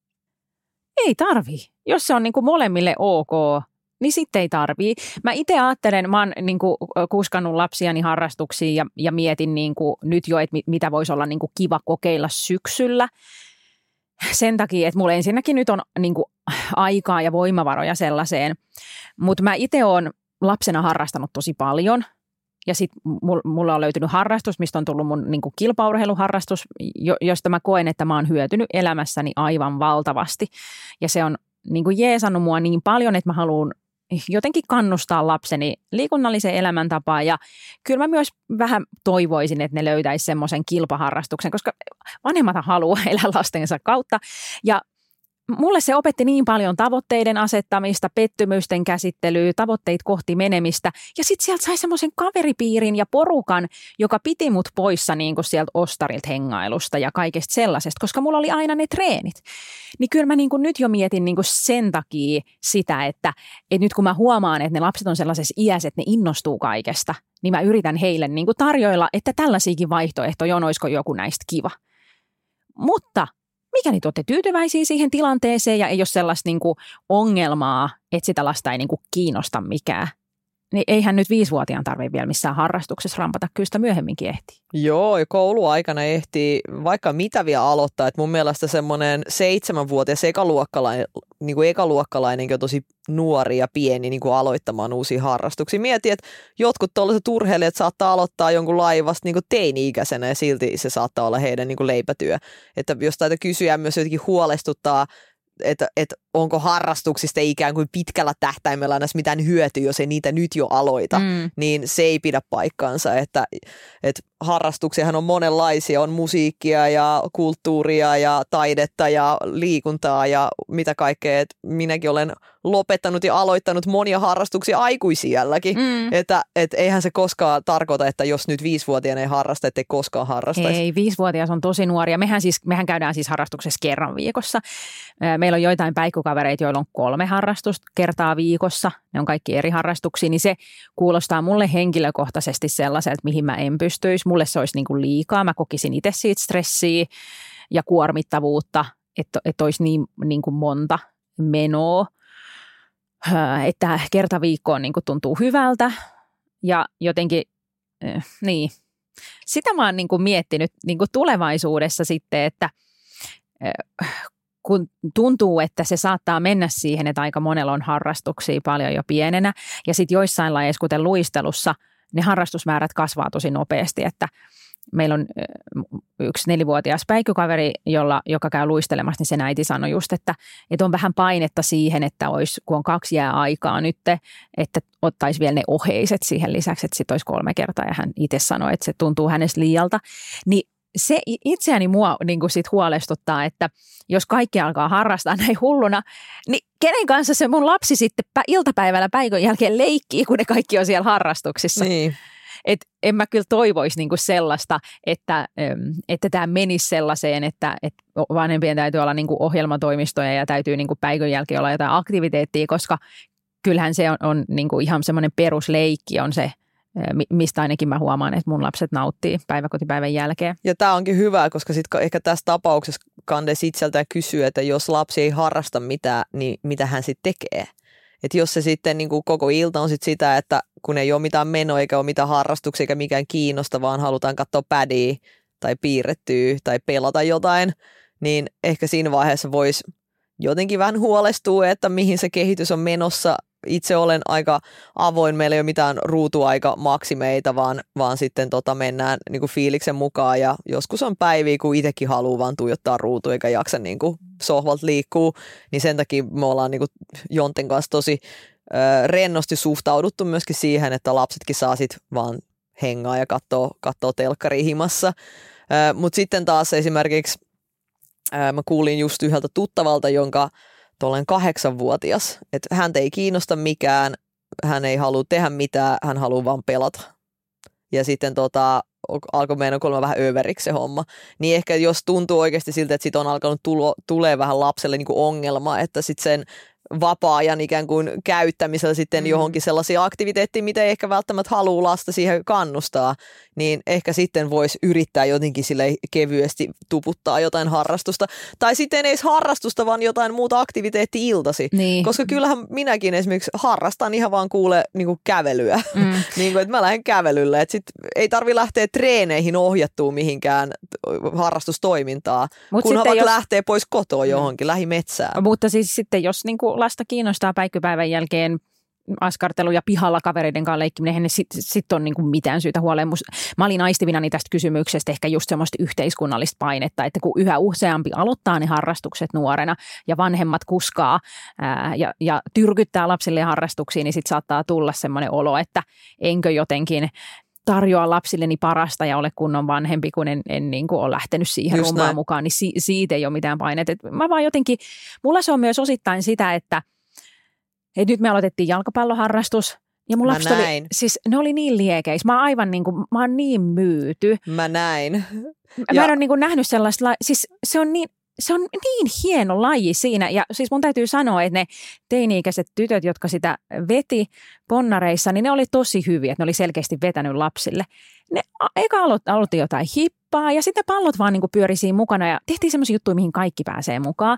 Ei tarvii. Jos se on niin kuin molemmille ok, niin sitten ei tarvii. Mä itse ajattelen, mä oon niin kuin kuskannut lapsiani harrastuksiin ja, ja mietin niin kuin nyt jo, että mitä voisi olla niin kuin kiva kokeilla syksyllä. Sen takia, että mulla ensinnäkin nyt on niin kuin aikaa ja voimavaroja sellaiseen. Mutta mä itse oon lapsena harrastanut tosi paljon. ja sitten mulla on löytynyt harrastus, mistä on tullut mun niin kuin kilpaurheiluharrastus, josta mä koen, että mä oon hyötynyt elämässäni aivan valtavasti. Ja se on niin kuin jeesannut mua niin paljon, että mä haluan jotenkin kannustaa lapseni liikunnalliseen elämäntapaan. Ja kyllä mä myös vähän toivoisin, että ne löytäisi semmoisen kilpaharrastuksen, koska vanhemmat haluaa elää lastensa kautta. Ja mulle se opetti niin paljon tavoitteiden asettamista, pettymysten käsittelyä, tavoitteita kohti menemistä. Ja sitten sieltä sai semmoisen kaveripiirin ja porukan, joka piti mut poissa niin kuin sieltä ostarilta hengailusta ja kaikesta sellaisesta, koska mulla oli aina ne treenit. Niin kyllä mä niin kuin nyt jo mietin niin kuin sen takia sitä, että, että nyt kun mä huomaan, että ne lapset on sellaisessa iässä, että ne innostuu kaikesta, niin mä yritän heille niin kuin tarjoilla, että tällaisiakin vaihtoehtoja on, olisiko joku näistä kiva. Mutta mikäli te olette tyytyväisiä siihen tilanteeseen ja ei ole sellaista niin kuin ongelmaa, että sitä lasta ei niin kuin kiinnosta mikään, niin eihän nyt viisivuotiaan tarvitse vielä missään harrastuksessa rampata, kyllä sitä myöhemminkin ehtii. Joo, ja kouluaikana ehtii vaikka mitä vielä aloittaa. Et mun mielestä semmoinen seitsemänvuotias ekaluokkalainen, niin kuin ekaluokkalainenkin on tosi nuori ja pieni niin kuin aloittamaan uusia harrastuksia. Mietin, että jotkut tuollaiset urheilijat saattaa aloittaa jonkun laivasta niin kuin teini-ikäisenä ja silti se saattaa olla heidän niin kuin leipätyö. Että jos tätä kysyjää myös jotenkin huolestuttaa, että, että onko harrastuksista ikään kuin pitkällä tähtäimellä aina mitään hyötyä, jos ei niitä nyt jo aloita, mm. niin se ei pidä paikkaansa. Että, että harrastuksiahan on monenlaisia, on musiikkia ja kulttuuria ja taidetta ja liikuntaa ja mitä kaikkea. Että minäkin olen lopettanut ja aloittanut monia harrastuksia aikuisiälläkin, mm. että et eihän se koskaan tarkoita, että jos nyt viisivuotiaana ei harrasta, ettei koskaan harrastaisi. Ei, viisivuotias on tosi nuoria. Mehän, siis, mehän käydään siis harrastuksessa kerran viikossa. Meillä on joitain päikkykavereita, joilla on kolme harrastusta kertaa viikossa. Ne on kaikki eri harrastuksia, niin se kuulostaa mulle henkilökohtaisesti sellaiselta, mihin mä en pystyisi. Mulle se olisi niin kuin liikaa. Mä kokisin itse siitä stressiä ja kuormittavuutta, että, että olisi niin, niin kuin monta menoa. Että kerta viikkoon niin kuin tuntuu hyvältä ja jotenkin, äh, niin, sitä mä oon niin kuin miettinyt niin kuin tulevaisuudessa sitten, että äh, kun tuntuu, että se saattaa mennä siihen, että aika monella on harrastuksia paljon jo pienenä ja sitten joissain lajeissa, kuten luistelussa, ne harrastusmäärät kasvaa tosi nopeasti, että meillä on yksi nelivuotias päikkykaveri, jolla, joka käy luistelemassa, niin sen äiti sanoi just, että, että on vähän painetta siihen, että olisi, kun on kaksi jääaikaa nyt, että ottaisi vielä ne oheiset siihen lisäksi, että sitten olisi kolme kertaa. Ja hän itse sanoi, että se tuntuu hänestä liialta. Niin se itseäni mua niin kuin sit huolestuttaa, että jos kaikki alkaa harrastaa näin hulluna, niin kenen kanssa se mun lapsi sitten iltapäivällä päikön jälkeen leikkii, kun ne kaikki on siellä harrastuksissa. Niin. Et en mä kyllä toivoisi niinku sellaista, että, että tämä menisi sellaiseen, että, että vanhempien täytyy olla niinku ohjelmatoimistoja ja täytyy niinku päikön jälkeen olla jotain aktiviteettia, koska kyllähän se on, on niinku ihan semmoinen perusleikki on se, mistä ainakin mä huomaan, että mun lapset nauttii päiväkotipäivän jälkeen. Ja tämä onkin hyvä, koska sitten ehkä tässä tapauksessa kandes itseltään kysyä, että jos lapsi ei harrasta mitään, niin mitä hän sitten tekee? Että jos se sitten niin kuin koko ilta on sit sitä, että kun ei ole mitään menoa eikä ole mitään harrastuksia eikä mikään kiinnosta, vaan halutaan katsoa pädiä tai piirrettyä tai pelata jotain, niin ehkä siinä vaiheessa voisi jotenkin vähän huolestua, että mihin se kehitys on menossa. Itse olen aika avoin, meillä ei ole mitään ruutuaika-maksimeita, vaan, vaan sitten tota mennään niin kuin fiiliksen mukaan ja joskus on päiviä, kun itsekin haluaa vaan tuijottaa ruutua eikä jaksa niin kuin sohvalta liikkuu, niin sen takia me ollaan niin kuin Jonten kanssa tosi ö, rennosti suhtauduttu myöskin siihen, että lapsetkin saa sitten vaan hengaa ja katsoa, katsoa telkkaria himassa. Mutta sitten taas esimerkiksi ö, mä kuulin just yhdeltä tuttavalta, jonka tuollainen kahdeksanvuotias, että häntä ei kiinnosta mikään, hän ei halua tehdä mitään, hän haluaa vaan pelata. Ja sitten tota, alkoi meidän kuulemma vähän överiksi se homma. Niin ehkä jos tuntuu oikeasti siltä, että sit on alkanut tulo, tulee vähän lapselle niin kuin ongelma, että sitten sen vapaa-ajan ikään kuin käyttämisellä sitten mm. johonkin sellaisia aktiviteettiin, mitä ei ehkä välttämättä halua lasta siihen kannustaa, niin ehkä sitten voisi yrittää jotenkin sille kevyesti tuputtaa jotain harrastusta. Tai sitten ei edes harrastusta, vaan jotain muuta aktiviteetti-iltasi. Niin. Koska kyllähän minäkin esimerkiksi harrastan ihan vaan kuule niin kuin kävelyä. Mm. niin kuin, että mä lähden kävelylle. Että sit ei tarvitse lähteä treeneihin ohjattuun mihinkään harrastustoimintaa, Mut kunhan vaikka jos... lähtee pois kotoa johonkin, mm. lähimetsään. Mutta siis sitten jos niin kuin lasta kiinnostaa päikkypäivän jälkeen askartelu ja pihalla kavereiden kanssa leikkiminen, eihän ne sitten sit on niin kuin mitään syytä huoleen. Mä olin aistivinani tästä kysymyksestä ehkä just semmoista yhteiskunnallista painetta, että kun yhä useampi aloittaa ne harrastukset nuorena ja vanhemmat kuskaa ää, ja, ja tyrkyttää lapsille harrastuksiin, niin sitten saattaa tulla semmoinen olo, että enkö jotenkin tarjoa lapsilleni parasta ja ole kunnon vanhempi, kun en, en niin kuin ole lähtenyt siihen Just rumbaan näin. mukaan, niin si, siitä ei ole mitään painetta. Et mä vaan jotenkin, mulla se on myös osittain sitä, että et nyt me aloitettiin jalkapalloharrastus ja mun Mä lapset oli, näin. siis ne oli niin liekeis. Mä oon aivan niin kuin, mä oon niin myyty. Mä näin. Mä Ja- en ole niin kuin nähnyt sellaista, la- siis se on niin, se on niin hieno laji siinä ja siis mun täytyy sanoa, että ne teini-ikäiset tytöt, jotka sitä veti ponnareissa, niin ne oli tosi hyviä, että ne oli selkeästi vetänyt lapsille. Ne a- eka aloitti, aloitti jotain hippaa ja sitten pallot vaan niin kuin pyöri siinä mukana ja tehtiin semmoisia juttuja, mihin kaikki pääsee mukaan.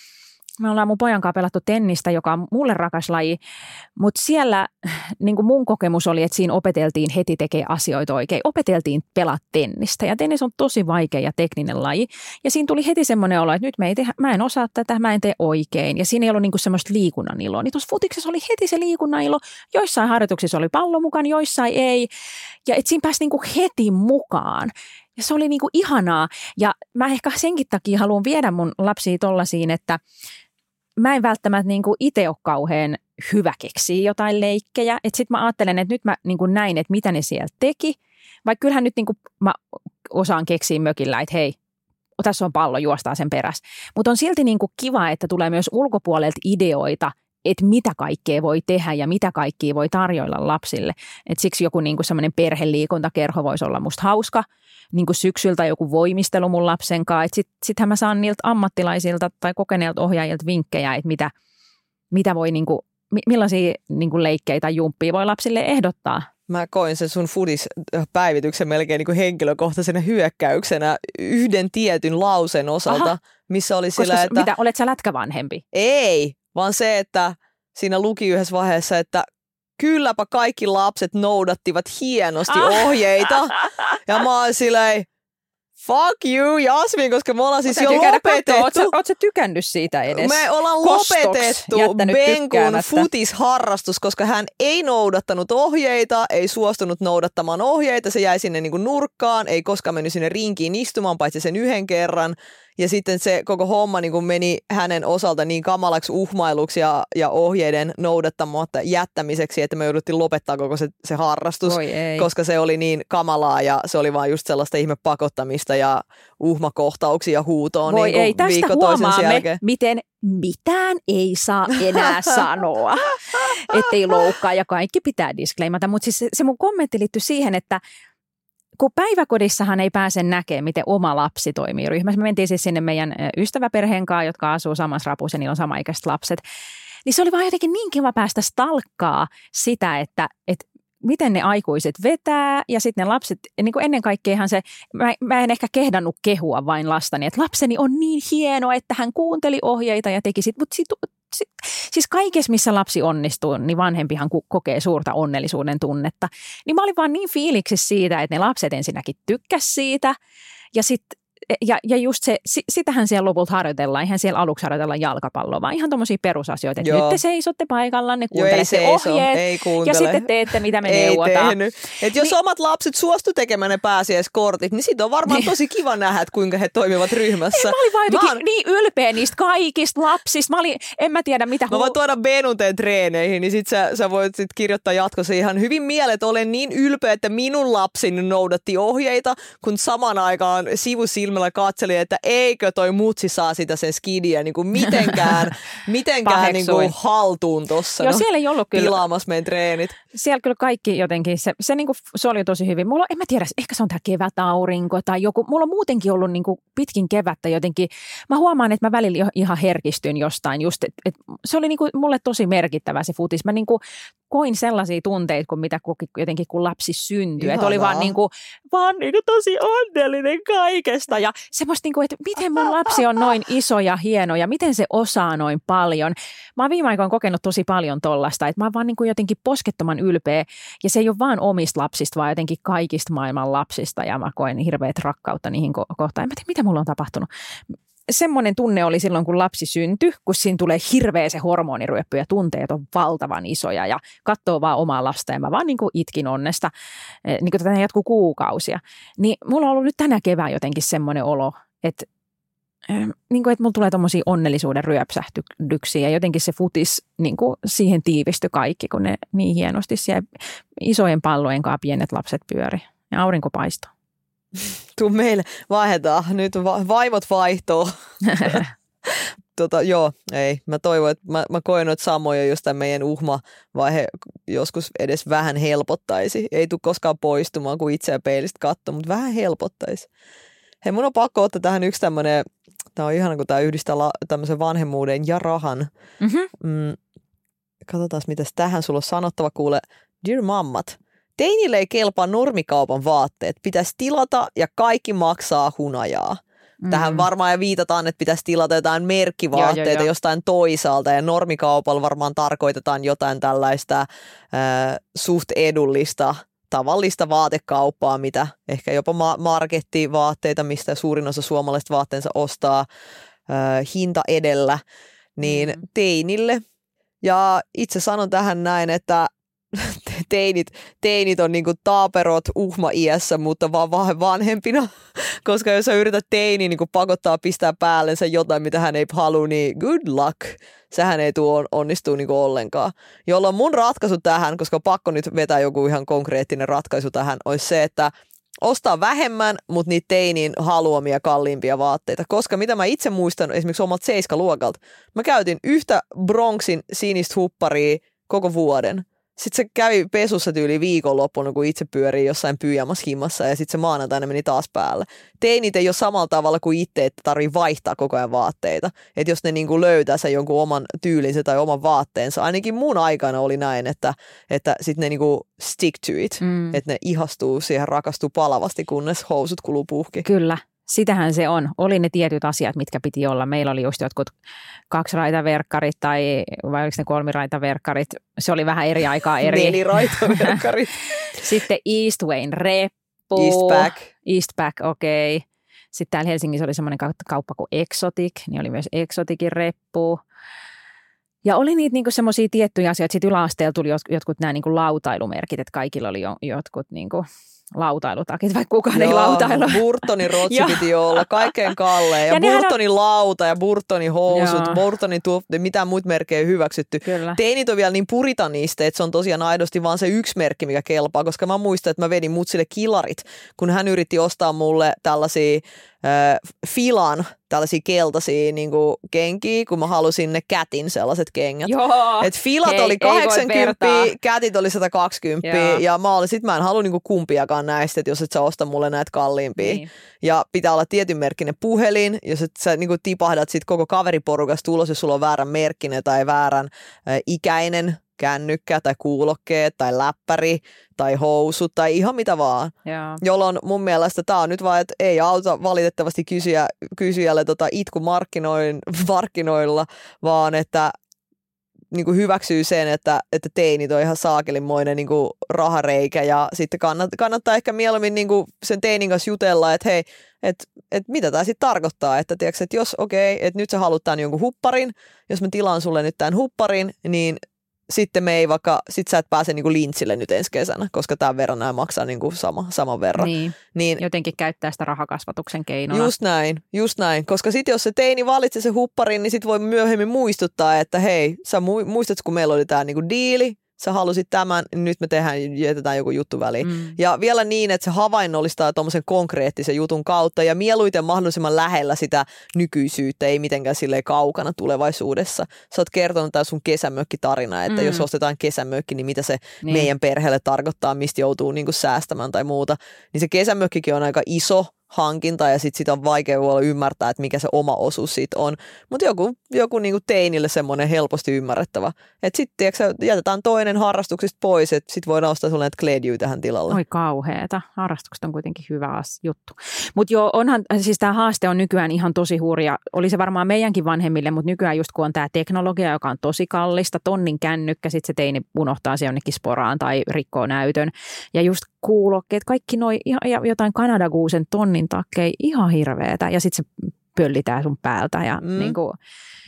Me ollaan mun pojan kanssa pelattu tennistä, joka on mulle rakas laji, mutta siellä niin kuin mun kokemus oli, että siinä opeteltiin heti tekee asioita oikein. Opeteltiin pelaa tennistä ja tennis on tosi vaikea ja tekninen laji. Ja siinä tuli heti semmoinen olo, että nyt me ei tehdä, mä en osaa tätä, mä en tee oikein. Ja siinä ei ollut niin kuin semmoista liikunnan iloa. Niin tuossa futiksessa oli heti se liikunnan ilo. Joissain harjoituksissa oli pallo mukaan, joissain ei. Ja et siinä pääsi niin kuin heti mukaan. Ja se oli niin kuin ihanaa. Ja mä ehkä senkin takia haluan viedä mun lapsia tollaisiin, että mä en välttämättä niin kuin itse ole kauhean hyvä keksiä jotain leikkejä. Että sit mä ajattelen, että nyt mä niin kuin näin, että mitä ne siellä teki. Vaikka kyllähän nyt niin kuin mä osaan keksiä mökillä, että hei, tässä on pallo, juostaan sen perässä. Mutta on silti niin kuin kiva, että tulee myös ulkopuolelta ideoita, että mitä kaikkea voi tehdä ja mitä kaikkia voi tarjoilla lapsille. Et siksi joku niin kuin semmoinen perheliikuntakerho voisi olla musta hauska. Niin kuin syksyltä joku voimistelu mun lapsen kanssa. Sitten sittenhän mä saan niiltä ammattilaisilta tai kokeneilta ohjaajilta vinkkejä, että mitä, mitä voi, niin kuin, millaisia niin kuin leikkejä tai jumppia voi lapsille ehdottaa. Mä koin sen sun Foodis-päivityksen melkein niin kuin henkilökohtaisena hyökkäyksenä yhden tietyn lausen osalta, Aha. missä oli Koska sillä, s- että mitä, olet sä lätkävanhempi? ei, vaan se, että siinä luki yhdessä vaiheessa, että kylläpä kaikki lapset noudattivat hienosti ohjeita. Ja mä oon silleen, fuck you, Jasmin, koska me ollaan siis jo lopetettu. Oletko sä tykännyt siitä edes? Me ollaan Kostoks lopetettu jättänyt Benkun tykkäämättä? futisharrastus, koska hän ei noudattanut ohjeita, ei suostunut noudattamaan ohjeita. Se jäi sinne niin kuin nurkkaan, ei koskaan mennyt sinne rinkiin istumaan, paitsi sen yhden kerran. Ja sitten se koko homma niin kuin meni hänen osalta niin kamalaksi uhmailuksi ja, ja ohjeiden noudattamatta jättämiseksi, että me jouduttiin lopettaa koko se, se harrastus, Voi ei. koska se oli niin kamalaa ja se oli vaan just sellaista ihme pakottamista ja uhmakohtauksia huutoon Voi niin kuin ei, tästä viikko toisensa huomaamme, jälkeen. miten mitään ei saa enää sanoa, ettei loukkaa ja kaikki pitää disclaimata. Mutta siis se, se mun kommentti liittyy siihen, että kun päiväkodissahan ei pääse näkemään, miten oma lapsi toimii ryhmässä. Me mentiin siis sinne meidän ystäväperheen kanssa, jotka asuu samassa rapussa ja niillä on samaikäiset lapset. Niin se oli vaan jotenkin niin kiva päästä stalkkaa sitä, että, että miten ne aikuiset vetää ja sitten ne lapset, niin kuin ennen kaikkeahan se, mä, mä en ehkä kehdannut kehua vain lastani, että lapseni on niin hieno, että hän kuunteli ohjeita ja teki sit, mutta sit, sit, siis kaikessa missä lapsi onnistuu, niin vanhempihan kokee suurta onnellisuuden tunnetta. Niin mä olin vaan niin fiiliksissä siitä, että ne lapset ensinnäkin tykkäs siitä ja sitten Ja, ja just se, sitähän siellä lopulta harjoitellaan, eihän siellä aluksi harjoitella jalkapalloa, vaan ihan tommosia perusasioita, että Joo. nyt te seisotte paikallanne, Joo, ei kuuntelette seiso, ohjeet ei kuuntele. ja sitten teette, mitä me ei neuvotaan. tehnyt. Et jos Niin- omat lapset suostu tekemään ne pääsiäiskortit, niin siitä on varmaan Niin. tosi kiva nähdä, että kuinka he toimivat ryhmässä. Mä olin vaan jotenkin Mä oon- niin ylpeä niistä kaikista lapsista. Mä olin, en mä tiedä mitä... Mä voin tuoda Benunteen treeneihin, niin sit sä, sä voit sit kirjoittaa jatkossa ihan hyvin mieleen, että olen niin ylpeä, että minun lapseni noudatti ohjeita, kun saman aikaan sivusilmällä katseli, että eikö toi mutsi saa sitä sen skidiä niin kuin mitenkään, mitenkään niin kuin Paheksuin. haltuun tossa. Joo, no, siellä ei ollut kyllä. pilaamassa meidän treenit. Siellä kyllä kaikki jotenkin, se, se, niinku, se oli tosi hyvin. Mulla on, en mä tiedä, ehkä se on tämä kevätaurinko tai joku. Mulla on muutenkin ollut niinku pitkin kevättä jotenkin. Mä huomaan, että mä välillä jo ihan herkistyn jostain just, että et, se oli niinku mulle tosi merkittävä se futis. Mä niinku koin sellaisia tunteita, kuin mitä koki jotenkin kun lapsi syntyi. Että oli vaan, niinku, vaan niinku tosi onnellinen kaikesta ja semmoista, niinku, että miten mun lapsi on noin iso ja hieno ja miten se osaa noin paljon. Mä oon viime aikoina kokenut tosi paljon tollasta, että mä oon vaan niinku jotenkin poskettoman ylpeä ja se ei ole vaan omista lapsista, vaan jotenkin kaikista maailman lapsista ja mä koen hirveät rakkautta niihin ko- kohtaan. En mä tiedä, mitä mulla on tapahtunut. semmoinen tunne oli silloin, kun lapsi syntyi, kun siinä tulee hirveä se hormoniryöppy ja tunteet on valtavan isoja ja katsoo vaan omaa lasta ja mä vaan niin kuin itkin onnesta, niin kuin tätä jatkuu kuukausia. Niin mulla on ollut nyt tänä kevään jotenkin semmoinen olo, että niin kuin, että mulla tulee tommosia onnellisuuden ryöpsähdyksiä ja jotenkin se futis, niin kuin siihen tiivistyi kaikki, kun ne niin hienosti siellä isojen pallojen kanssa pienet lapset pyöri ja aurinko paistoi. Tuu meille, vaihdetaan, nyt va- vaimot vaihtoo. tota, joo, ei, mä toivon, että mä, mä koen noita samoja, jos tämä meidän uhmavaihe joskus edes vähän helpottaisi. Ei tule koskaan poistumaan, kun itseä peilistä katsoo, mutta vähän helpottaisi. Hei, mun on pakko ottaa tähän yksi tämmöinen, tämä on ihana, kun tämä yhdistää la, tämmöisen vanhemmuuden ja rahan. Mm-hmm. Mm, katsotaan, mitäs tähän sulla on sanottava, kuule. Dear mammat, teinille ei kelpaa normikaupan vaatteet. Pitäisi tilata ja kaikki maksaa hunajaa. Mm-hmm. Tähän varmaan ja viitataan, että pitäisi tilata jotain merkkivaatteita joo, joo, joo. jostain toisaalta. Ja normikaupalla varmaan tarkoitetaan jotain tällaista äh, suht edullista tavallista vaatekauppaa, mitä ehkä jopa ma- markettivaatteita, mistä suurin osa suomalaiset vaatteensa ostaa äh, hinta edellä, niin mm. teinille. Ja itse sanon tähän näin, että teinit, teinit on niinku taaperot uhma-iässä, mutta vaan vanhempina, koska jos sä yrität teini niinku pakottaa pistää päällensä jotain, mitä hän ei halua, niin good luck. Sehän ei tule onnistuu niinku ollenkaan. Jolloin mun ratkaisu tähän, koska pakko nyt vetää joku ihan konkreettinen ratkaisu tähän, olisi se, että ostaa vähemmän, mutta niitä teinin haluamia kalliimpia vaatteita. Koska mitä mä itse muistan esimerkiksi omalta seiskaluokalta, mä käytin yhtä Bronxin sinistä hupparia koko vuoden. Sitten se kävi pesussa tyyli viikonloppuna, kun itse pyörii jossain pyjamassa himmassa ja sitten se maanantaina meni taas päälle. Teinit ei ole samalla tavalla kuin itse, että tarvii vaihtaa koko ajan vaatteita. Että jos ne niinku löytää sen jonkun oman tyylinsä tai oman vaatteensa, ainakin mun aikana oli näin, että, että sitten ne niinku stick to it. Mm. Että ne ihastuu siihen, rakastuu palavasti, kunnes housut kuluu puhki. Kyllä. Sitähän se on. Oli ne tietyt asiat, mitkä piti olla. Meillä oli just jotkut kaksiraitaverkkarit tai vai oliko ne kolmiraitaverkkarit. Se oli vähän eri aikaa eri. Neliraitaverkkarit. Sitten Eastwayn reppu. Eastpak. Eastpak, okei. Okay. Sitten täällä Helsingissä oli semmoinen kauppa kuin Exotic, niin oli myös Exoticin reppu. Ja oli niitä niinku semmoisia tiettyjä asioita. Sitten yläasteella tuli jotkut nämä niinku lautailumerkit, että kaikilla oli jo, jotkut niinku lautailutakit, vaikka kukaan Joo, ei lautailu. Burtonin rotsi piti olla kaikkein kalleen. Ja, ja Burtonin on lauta ja Burtonin housut, Joo. Burtonin tuotteet, mitään muita merkkejä ei hyväksytty. Kyllä. Teinit on vielä niin puritaniste, että se on tosiaan aidosti vaan se yksi merkki, mikä kelpaa. Koska mä muistan, että mä vedin mutsille kilarit, kun hän yritti ostaa mulle tällaisia äh, filan, tällaisia keltaisia niin kuin kenkiä, kun mä halusin ne kätin sellaiset kengät. Että filat Hei, oli kahdeksankymmentä, kätit oli sata kaksikymmentä Joo. ja mä olin, sit mä en halua niin kuin kumpiakaan näistä, että jos et sä osta mulle näitä kalliimpia. Niin. Ja pitää olla tietyn merkkinen puhelin, jos et sä niin kuin tipahdat sit koko kaveriporukasta ulos, jos sulla on väärän merkkinen tai väärän äh, ikäinen kännykkä tai kuulokkeet tai läppäri tai housut tai ihan mitä vaan. Yeah. Jolloin mun mielestä tämä on nyt vaan, että ei auta valitettavasti kysyjä, kysyjälle tota itku markkinoilla, vaan että niin kuin hyväksyy sen, että, että teinit on ihan saakelinmoinen niin kuin rahareikä ja sitten kannattaa, kannattaa ehkä mieluummin niin kuin sen teinin kanssa jutella, että hei, että et mitä tämä sitten tarkoittaa, että, tiiäks, että jos okei, okay, että nyt sä haluat tämän jonkun hupparin, jos mä tilaan sulle nyt tämän hupparin, niin sitten me ei vaikka, sit sä et pääse niinku lintsille nyt ensi kesänä, koska tämän verran nämä maksaa niinku sama, saman verran. Niin. niin, jotenkin käyttää sitä rahakasvatuksen keinona. Just näin, just näin. Koska sitten jos se teini valitsee se hupparin, niin sit voi myöhemmin muistuttaa, että hei, sä muistat, kun meillä oli tämä niinku diili, sä halusit tämän, niin nyt me tehdään, jätetään joku juttu väliin. Mm. Ja vielä niin, että se havainnollistaa tuommoisen konkreettisen jutun kautta ja mieluiten mahdollisimman lähellä sitä nykyisyyttä, ei mitenkään silleen kaukana tulevaisuudessa. Sä oot kertonut tämän sun kesämökkitarina, että mm. jos ostetaan kesämökki, niin mitä se niin. meidän perheelle tarkoittaa, mistä joutuu niinku säästämään tai muuta. Niin se kesämökkikin on aika iso hankinta ja sitten sitä on vaikea olla ymmärtää, että mikä se oma osuus siitä on. Mutta joku, joku niinku teinille semmoinen helposti ymmärrettävä. Että sitten jätetään toinen harrastuksista pois, että sitten voidaan ostaa sulle näitä kledjyä tähän tilalle. Oi kauheeta. Harrastukset on kuitenkin hyvä juttu. Mutta joo, onhan, siis tämä haaste on nykyään ihan tosi hurja. Oli se varmaan meidänkin vanhemmille, mutta nykyään just kun on tämä teknologia, joka on tosi kallista, tonnin kännykkä, sitten se teini unohtaa se jonnekin sporaan tai rikkoo näytön. Ja just kuulokkeet, kaikki noi, ja jotain kanadakuusen tonnin takkei, ihan hirveetä. Ja sitten se pöllitään sun päältä ja Mm. niin kuin,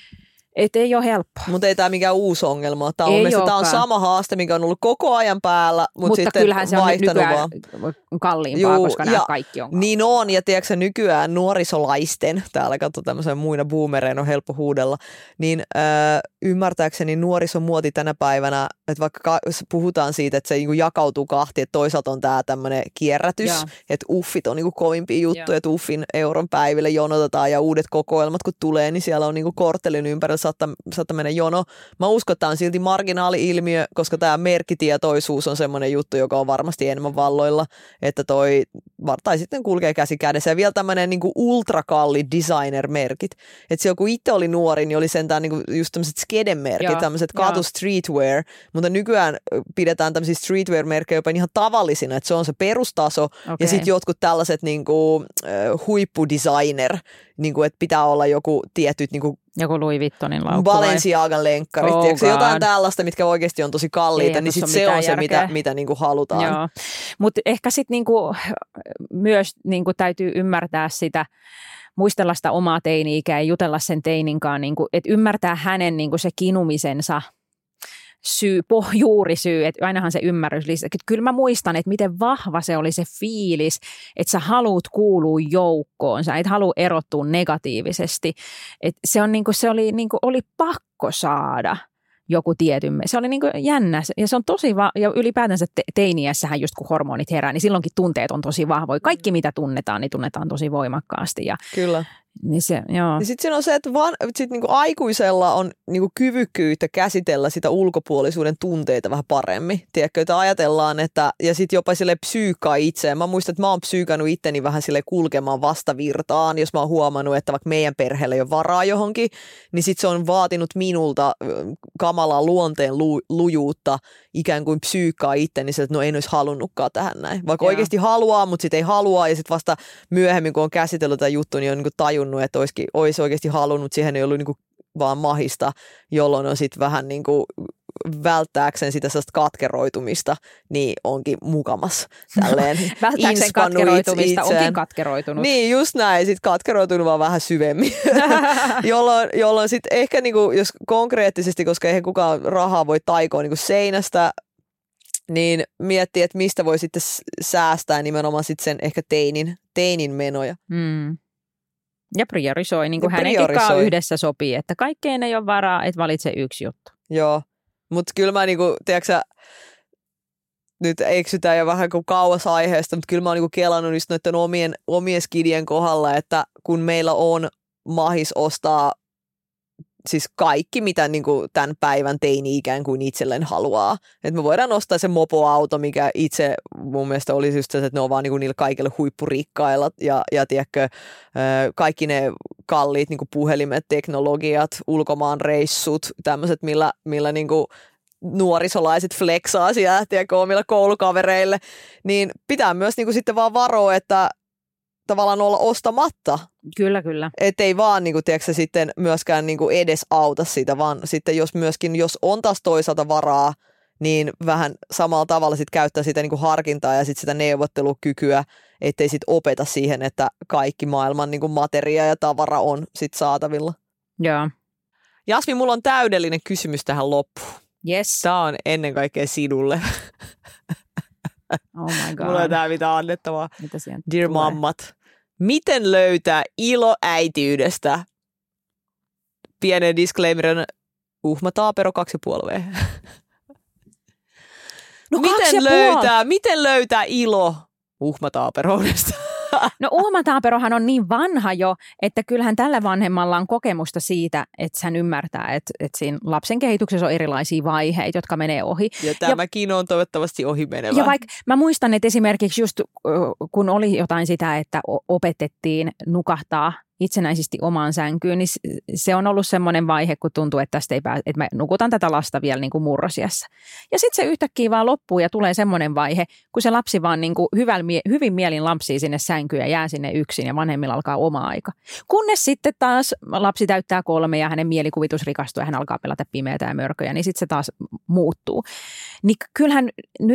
et ei ole helppoa. Mutta ei tämä mikään uusi ongelma. Tämä on, Ei tämä on sama haaste, mikä on ollut koko ajan päällä, mutta, Mutta sitten kyllähän se on vaihtanut nykyään vaan. kalliimpaa, Juu, koska nämä ja kaikki on. Niin on, ja tiedätkö nykyään nuorisolaisten, täällä katso tämmöisen muina boomereina on helppo huudella, niin äh, ymmärtääkseni nuorisomuoti tänä päivänä, että vaikka ka- puhutaan siitä, että se niinku jakautuu kahtiin, että toisaalta on tämä tämmöinen kierrätys, Joo. että uffit on niinku kovimpia juttuja, Joo. että uffin euron päiville jonotetaan ja uudet kokoelmat kun tulee, niin siellä on niinku korttelin ympärillä saattaa, saattaa mennä jono. Mä uskon, että tämä on silti marginaali-ilmiö, koska tämä merkkitietoisuus on semmoinen juttu, joka on varmasti enemmän valloilla, että toi, tai sitten kulkee käsi kädessä. Ja vielä tämmöinen niinku ultrakalli designer-merkit. Että silloin kun itse oli nuori, niin oli sentään niinku just tämmöiset skedemerkit, Joo, tämmöiset joo. katu streetwear, mutta nykyään pidetään tämmöisiä streetwear-merkkejä jopa ihan tavallisina, että se on se perustaso, Okei. ja sitten jotkut tällaiset niinku, äh, huippudesigner, niinku, että pitää olla joku tietyt niinku Joku Louis Vuittonin laukku. vai? Balenciagan lenkkarit, Oh tiedätkö, jotain God. tällaista, mitkä oikeasti on tosi kalliita, Ei, niin tuossa sit ole se on mitään se, mitä, järkeä. mitä niinku halutaan. Joo, mutta ehkä sitten niinku, myös niinku täytyy ymmärtää sitä, muistella sitä omaa teini-ikää ja jutella sen teininkaan, niinku, että ymmärtää hänen niinku se kinumisensa syy, poh, juurisyy, että ainahan se ymmärrys lisää. Kyllä mä muistan, että miten vahva se oli se fiilis, että sä haluut kuulua joukkoon, sä et halua erottua negatiivisesti. Et se, on niinku, se oli, niinku, oli pakko saada joku tietyn. Se oli niinku jännä ja se on tosi, va- ja ylipäätänsä te- teiniässähän just kun hormonit herää, niin silloinkin tunteet on tosi vahvoja. Kaikki mitä tunnetaan, niin tunnetaan tosi voimakkaasti. Ja, Kyllä. niin se, joo. Ja sitten siinä on se, että van, sit niinku aikuisella on niinku kyvykkyyttä käsitellä sitä ulkopuolisuuden tunteita vähän paremmin. Tiedätkö, että ajatellaan, että ja sitten jopa sille psyykkaa itseään. Mä muistan, että mä oon psyykannut itteni vähän sille kulkemaan vastavirtaan, jos mä oon huomannut, että vaikka meidän perheellä ei ole varaa johonkin, niin sitten se on vaatinut minulta kamalaa luonteen lu, lujuutta ikään kuin psyykkaa itteni, että no en olisi halunnutkaan tähän näin. Vaikka Joo. oikeasti haluaa, mutta sitten ei halua ja sitten vasta myöhemmin, kun on käsitellyt tätä juttua, niin on niinku tajunnut, että olisikin, olisi oikeasti halunnut, siihen ei ollut niinku vaan mahista, jolloin on sitten vähän niinku välttääkseen sitä sellaista katkeroitumista, niin onkin mukamas tälleen Välttääkseen inspannut katkeroitumista, itseään. onkin katkeroitunut. Niin, just näin. Sitten katkeroitunut vaan vähän syvemmin. jolloin jolloin sitten ehkä, niinku, jos konkreettisesti, koska eihän kukaan rahaa voi taikoa niinku seinästä, niin miettii, että mistä voi sitten säästää nimenomaan sit sen ehkä teinin, teinin menoja. Mm. Ja priorisoi, niin kuin Ja hänenkin priorisoi. kanssa yhdessä sopii, että kaikkeen ei ole varaa, että valitse yksi juttu. Joo, mutta kyllä mä niinku, tiedätkö sä, nyt eksytään jo vähän kuin kauas aiheesta, mutta kyllä mä oon niinku kelannut just noiden omien, omien skidien kohdalla, että kun meillä on mahis ostaa siis kaikki, mitä niinku tämän päivän teini ikään kuin itselleen haluaa. Että me voidaan ostaa se mopoauto, mikä itse mun mielestä olisi just se, että ne on vaan niinku niillä kaikilla huippurikkailla ja, ja tiedätkö, kaikki ne kalliit niinku puhelimet, teknologiat, ulkomaan reissut, tämmöiset, millä, millä niinku nuorisolaiset flexaa siellä, tiedätkö, omilla koulukavereille, niin pitää myös niinku sitten vaan varoa, että tavallaan olla ostamatta. Kyllä, kyllä. Ettei vaan niinku, tiedätkö, sitten myöskään niinku edes auta sitä, vaan sitten jos myöskin, jos on taas toisaalta varaa, niin vähän samalla tavalla sit käyttää sitä niinku harkintaa ja sit sitä neuvottelukykyä, ettei sit opeta siihen, että kaikki maailman niinku materia ja tavara on sit saatavilla. Joo. Jasmi, mulla on täydellinen kysymys tähän loppuun. Yes. Tämä on ennen kaikkea sinulle. Oh my god. Mulla on tää mitä annettavaa. Mitä sieltä Dear tulee? mammat, miten löytää ilo äitiydestä? Pienen disclaimerin, uhma taapero kaksi ja puoli V. No kaksi miten, ja puoli. löytää, miten löytää ilo uhma taaperoudesta? No Uhma Taaperohan on niin vanha jo, että kyllähän tällä vanhemmalla on kokemusta siitä, että hän ymmärtää, että, että siinä lapsen kehityksessä on erilaisia vaiheita, jotka menee ohi. Ja tämäkin on toivottavasti ohimenevä. Ja vaikka mä muistan, että esimerkiksi just kun oli jotain sitä, että opetettiin nukahtaa itsenäisesti omaan sänkyyn, niin se on ollut semmoinen vaihe, kun tuntuu, että tästä ei pääse, että mä nukutan tätä lasta vielä niin kuin murrosiässä. Ja sitten se yhtäkkiä vaan loppuu ja tulee semmoinen vaihe, kun se lapsi vaan niin kuin hyvin mielin lampsii sinne sänkyyn ja jää sinne yksin ja vanhemmilla alkaa oma aika. Kunnes sitten taas lapsi täyttää kolme ja hänen mielikuvitus rikastuu ja hän alkaa pelata pimeätä ja mörköjä, niin sitten se taas muuttuu. Niin kyllähän nyt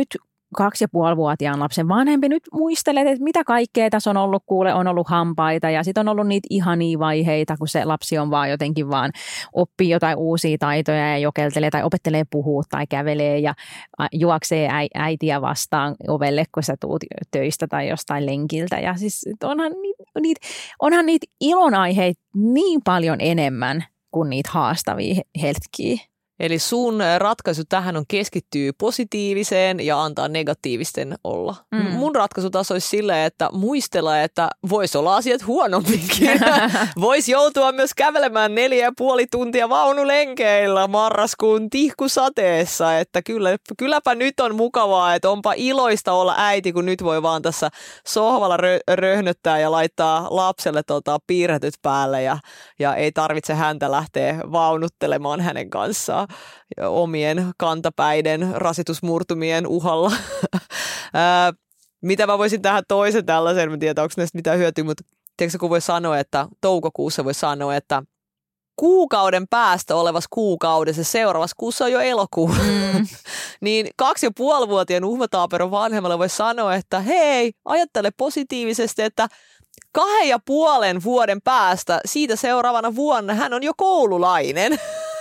kaksi- ja puolivuotiaan lapsen vanhempi nyt muistelet, että mitä kaikkea tässä on ollut, kuule, on ollut hampaita ja sitten on ollut niitä ihania vaiheita, kun se lapsi on vaan jotenkin vaan oppii jotain uusia taitoja ja jokeltelee tai opettelee puhua tai kävelee ja juoksee äitiä vastaan ovelle, kun sä tuut töistä tai jostain lenkiltä. Ja siis onhan niitä, niitä, onhan niitä ilonaiheita niin paljon enemmän kuin niitä haastavia hetkiä. Eli sun ratkaisu tähän on keskittyä positiiviseen ja antaa negatiivisten olla. Mm. Mun ratkaisu taas olisi silleen, että muistella, että voisi olla asiat huonomminkin. Voisi joutua myös kävelemään neljä ja puoli tuntia vaunulenkeillä marraskuun tihkusateessa. Että kyllä, kylläpä nyt on mukavaa, että onpa iloista olla äiti, kun nyt voi vaan tässä sohvalla rö- röhnöttää ja laittaa lapselle tota piirretyt päälle ja, ja ei tarvitse häntä lähteä vaunuttelemaan hänen kanssaan omien kantapäiden rasitusmurtumien uhalla. Ää, mitä mä voisin tähän toisen tällaisen, mä tiedän, onko näistä mitään hyötyä, mutta tiedätkö, kun voi sanoa, että toukokuussa voi sanoa, että kuukauden päästä olevassa kuukaudessa, seuraavassa kuussa on jo elokuu. Mm. Niin kaksi- ja puolivuotiaan uhmataaperon vanhemmalle voi sanoa, että hei, ajattele positiivisesti, että kahden ja puolen vuoden päästä siitä seuraavana vuonna hän on jo koululainen.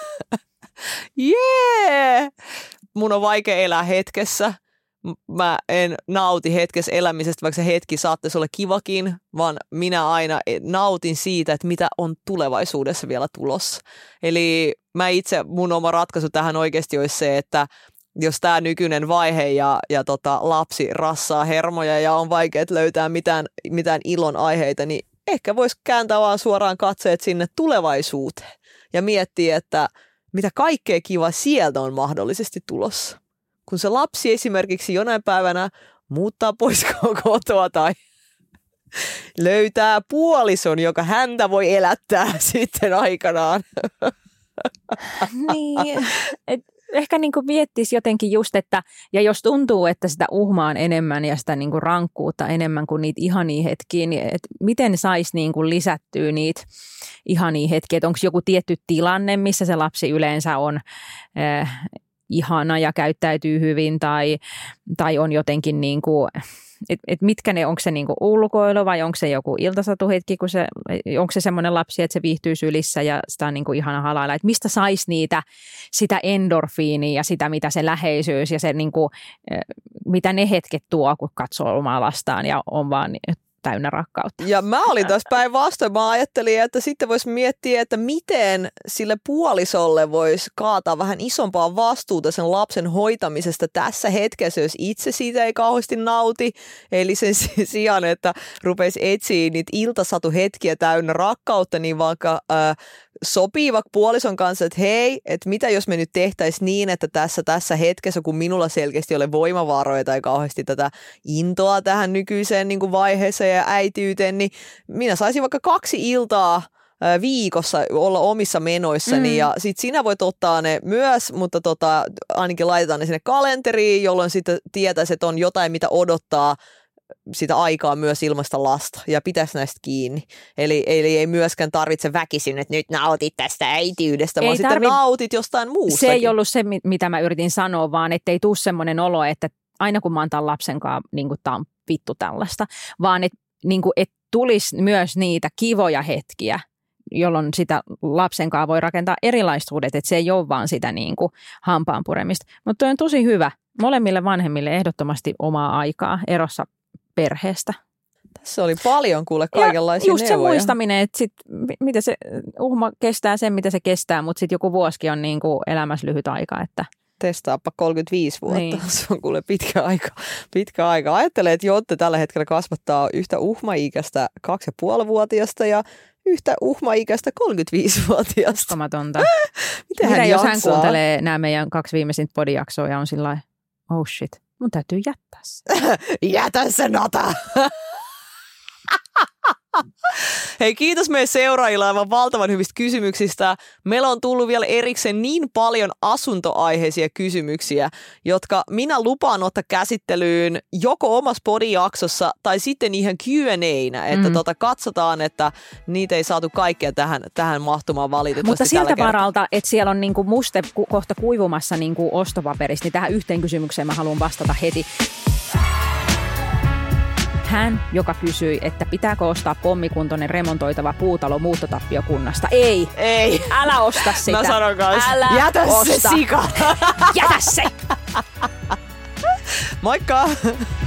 Jee! Yeah! Mun on vaikea elää hetkessä. Mä en nauti hetkessä elämisestä, vaikka se hetki saattaisi olla kivakin, vaan minä aina nautin siitä, että mitä on tulevaisuudessa vielä tulossa. Eli mä itse, mun oma ratkaisu tähän oikeasti olisi se, että jos tämä nykyinen vaihe ja, ja tota, lapsi rassaa hermoja ja on vaikea löytää mitään, mitään ilon aiheita, niin ehkä voisi kääntää vaan suoraan katseet sinne tulevaisuuteen ja miettiä, että mitä kaikkea kiva sieltä on mahdollisesti tulossa. Kun se lapsi esimerkiksi jonain päivänä muuttaa pois kotoa tai löytää puolison, joka häntä voi elättää sitten aikanaan. Niin, et ehkä niinku miettisi jotenkin just, että ja jos tuntuu, että sitä uhmaa on enemmän ja sitä niinku rankkuutta enemmän kuin niitä ihania hetkiä, niin et miten saisi niinku lisättyä niitä ihania hetkiä, että onko joku tietty tilanne, missä se lapsi yleensä on äh, ihana ja käyttäytyy hyvin tai, tai on jotenkin niin kuin, että et mitkä ne, onko se niin kuin ulkoilu vai onko se joku iltasatuhetki, kun se, onko se semmoinen lapsi, että se viihtyy sylissä ja sitä on niin kuin ihana halailla, että mistä saisi niitä, sitä endorfiinia ja sitä, mitä se läheisyys ja se niin kuin, mitä ne hetket tuo, kun katsoo omaa lastaan ja on vaan täynnä rakkautta. Ja mä olin taas päinvastoin. Mä ajattelin, että sitten voisi miettiä, että miten sille puolisolle voisi kaataa vähän isompaa vastuuta sen lapsen hoitamisesta tässä hetkessä, jos itse siitä ei kauheasti nauti. Eli sen sijaan, että rupeisi etsiä niitä iltasatuhetkiä täynnä rakkautta, niin vaikka äh, sopii vaikka puolison kanssa, että hei, että mitä jos me nyt tehtäisiin niin, että tässä, tässä hetkessä, kun minulla selkeästi ei ole voimavaroja tai kauheasti tätä intoa tähän nykyiseen niin kuin vaiheeseen ja äitiyteen, niin minä saisin vaikka kaksi iltaa viikossa olla omissa menoissani mm. ja sit sinä voit ottaa ne myös, mutta tota, ainakin laitetaan ne sinne kalenteriin, jolloin sitten tietäisi, että on jotain, mitä odottaa sitä aikaa myös ilmaista lasta ja pitäisi näistä kiinni. Eli, eli ei myöskään tarvitse väkisin, että nyt nautit tästä äitiydestä, ei vaan tarvi... sitten nautit jostain muustakin. Se ei ollut se, mitä mä yritin sanoa, vaan ettei tule semmoinen olo, että aina kun mä oon tämän lapsen kanssa, niin kuin tää on vittu tällaista, vaan että niin kuin, et tulisi myös niitä kivoja hetkiä, jolloin sitä lapsen kanssa voi rakentaa erilaiset suhdet, että se ei ole vaan sitä niin kuin hampaan puremista. Mutta toi on tosi hyvä. Molemmille vanhemmille ehdottomasti omaa aikaa erossa perheestä. Tässä oli paljon kuule kaikenlaisia ja just neuvoja. Se muistaminen, että sit, mitä se uhma kestää sen, mitä se kestää, mutta sitten joku vuosikin on niin kuin elämässä lyhyt aika. Että testaappa kolmekymmentäviisi vuotta. Niin. Se on kuule pitkä aika. Pitkä aika. Ajattelen, että Jotte tällä hetkellä kasvattaa yhtä uhmaikäistä kaksi ja puolivuotiasta ja yhtä uhmaikäistä kolmekymmentäviisivuotiasta. Uskomatonta. Miten Mitä hän jos jaksaa? hän kuuntelee nämä meidän kaksi viimeisintä podijaksoa ja on sillä lailla, oh shit, mun täytyy jättää se. Jätä se nota! Hei, kiitos meidän seuraajille aivan valtavan hyvistä kysymyksistä. Meillä on tullut vielä erikseen niin paljon asuntoaiheisia kysymyksiä, jotka minä lupaan ottaa käsittelyyn joko omassa podijaksossa tai sitten ihan Q and A:nä, että mm. tota, katsotaan, että niitä ei saatu kaikkea tähän, tähän mahtumaan valitettavasti. Mutta siltä kertaa. varalta, että siellä on niinku muste ku- kohta kuivumassa niinku ostopaperista, niin tähän yhteen kysymykseen mä haluan vastata heti. Hän, joka kysyi, että pitääkö ostaa pommikuntoinen remontoitava puutalo muuttotappiokunnasta. Ei. Ei. Älä osta sitä. Mä sanon kanssa. Älä Jätä osta. se sika. Jätä se. Moikka.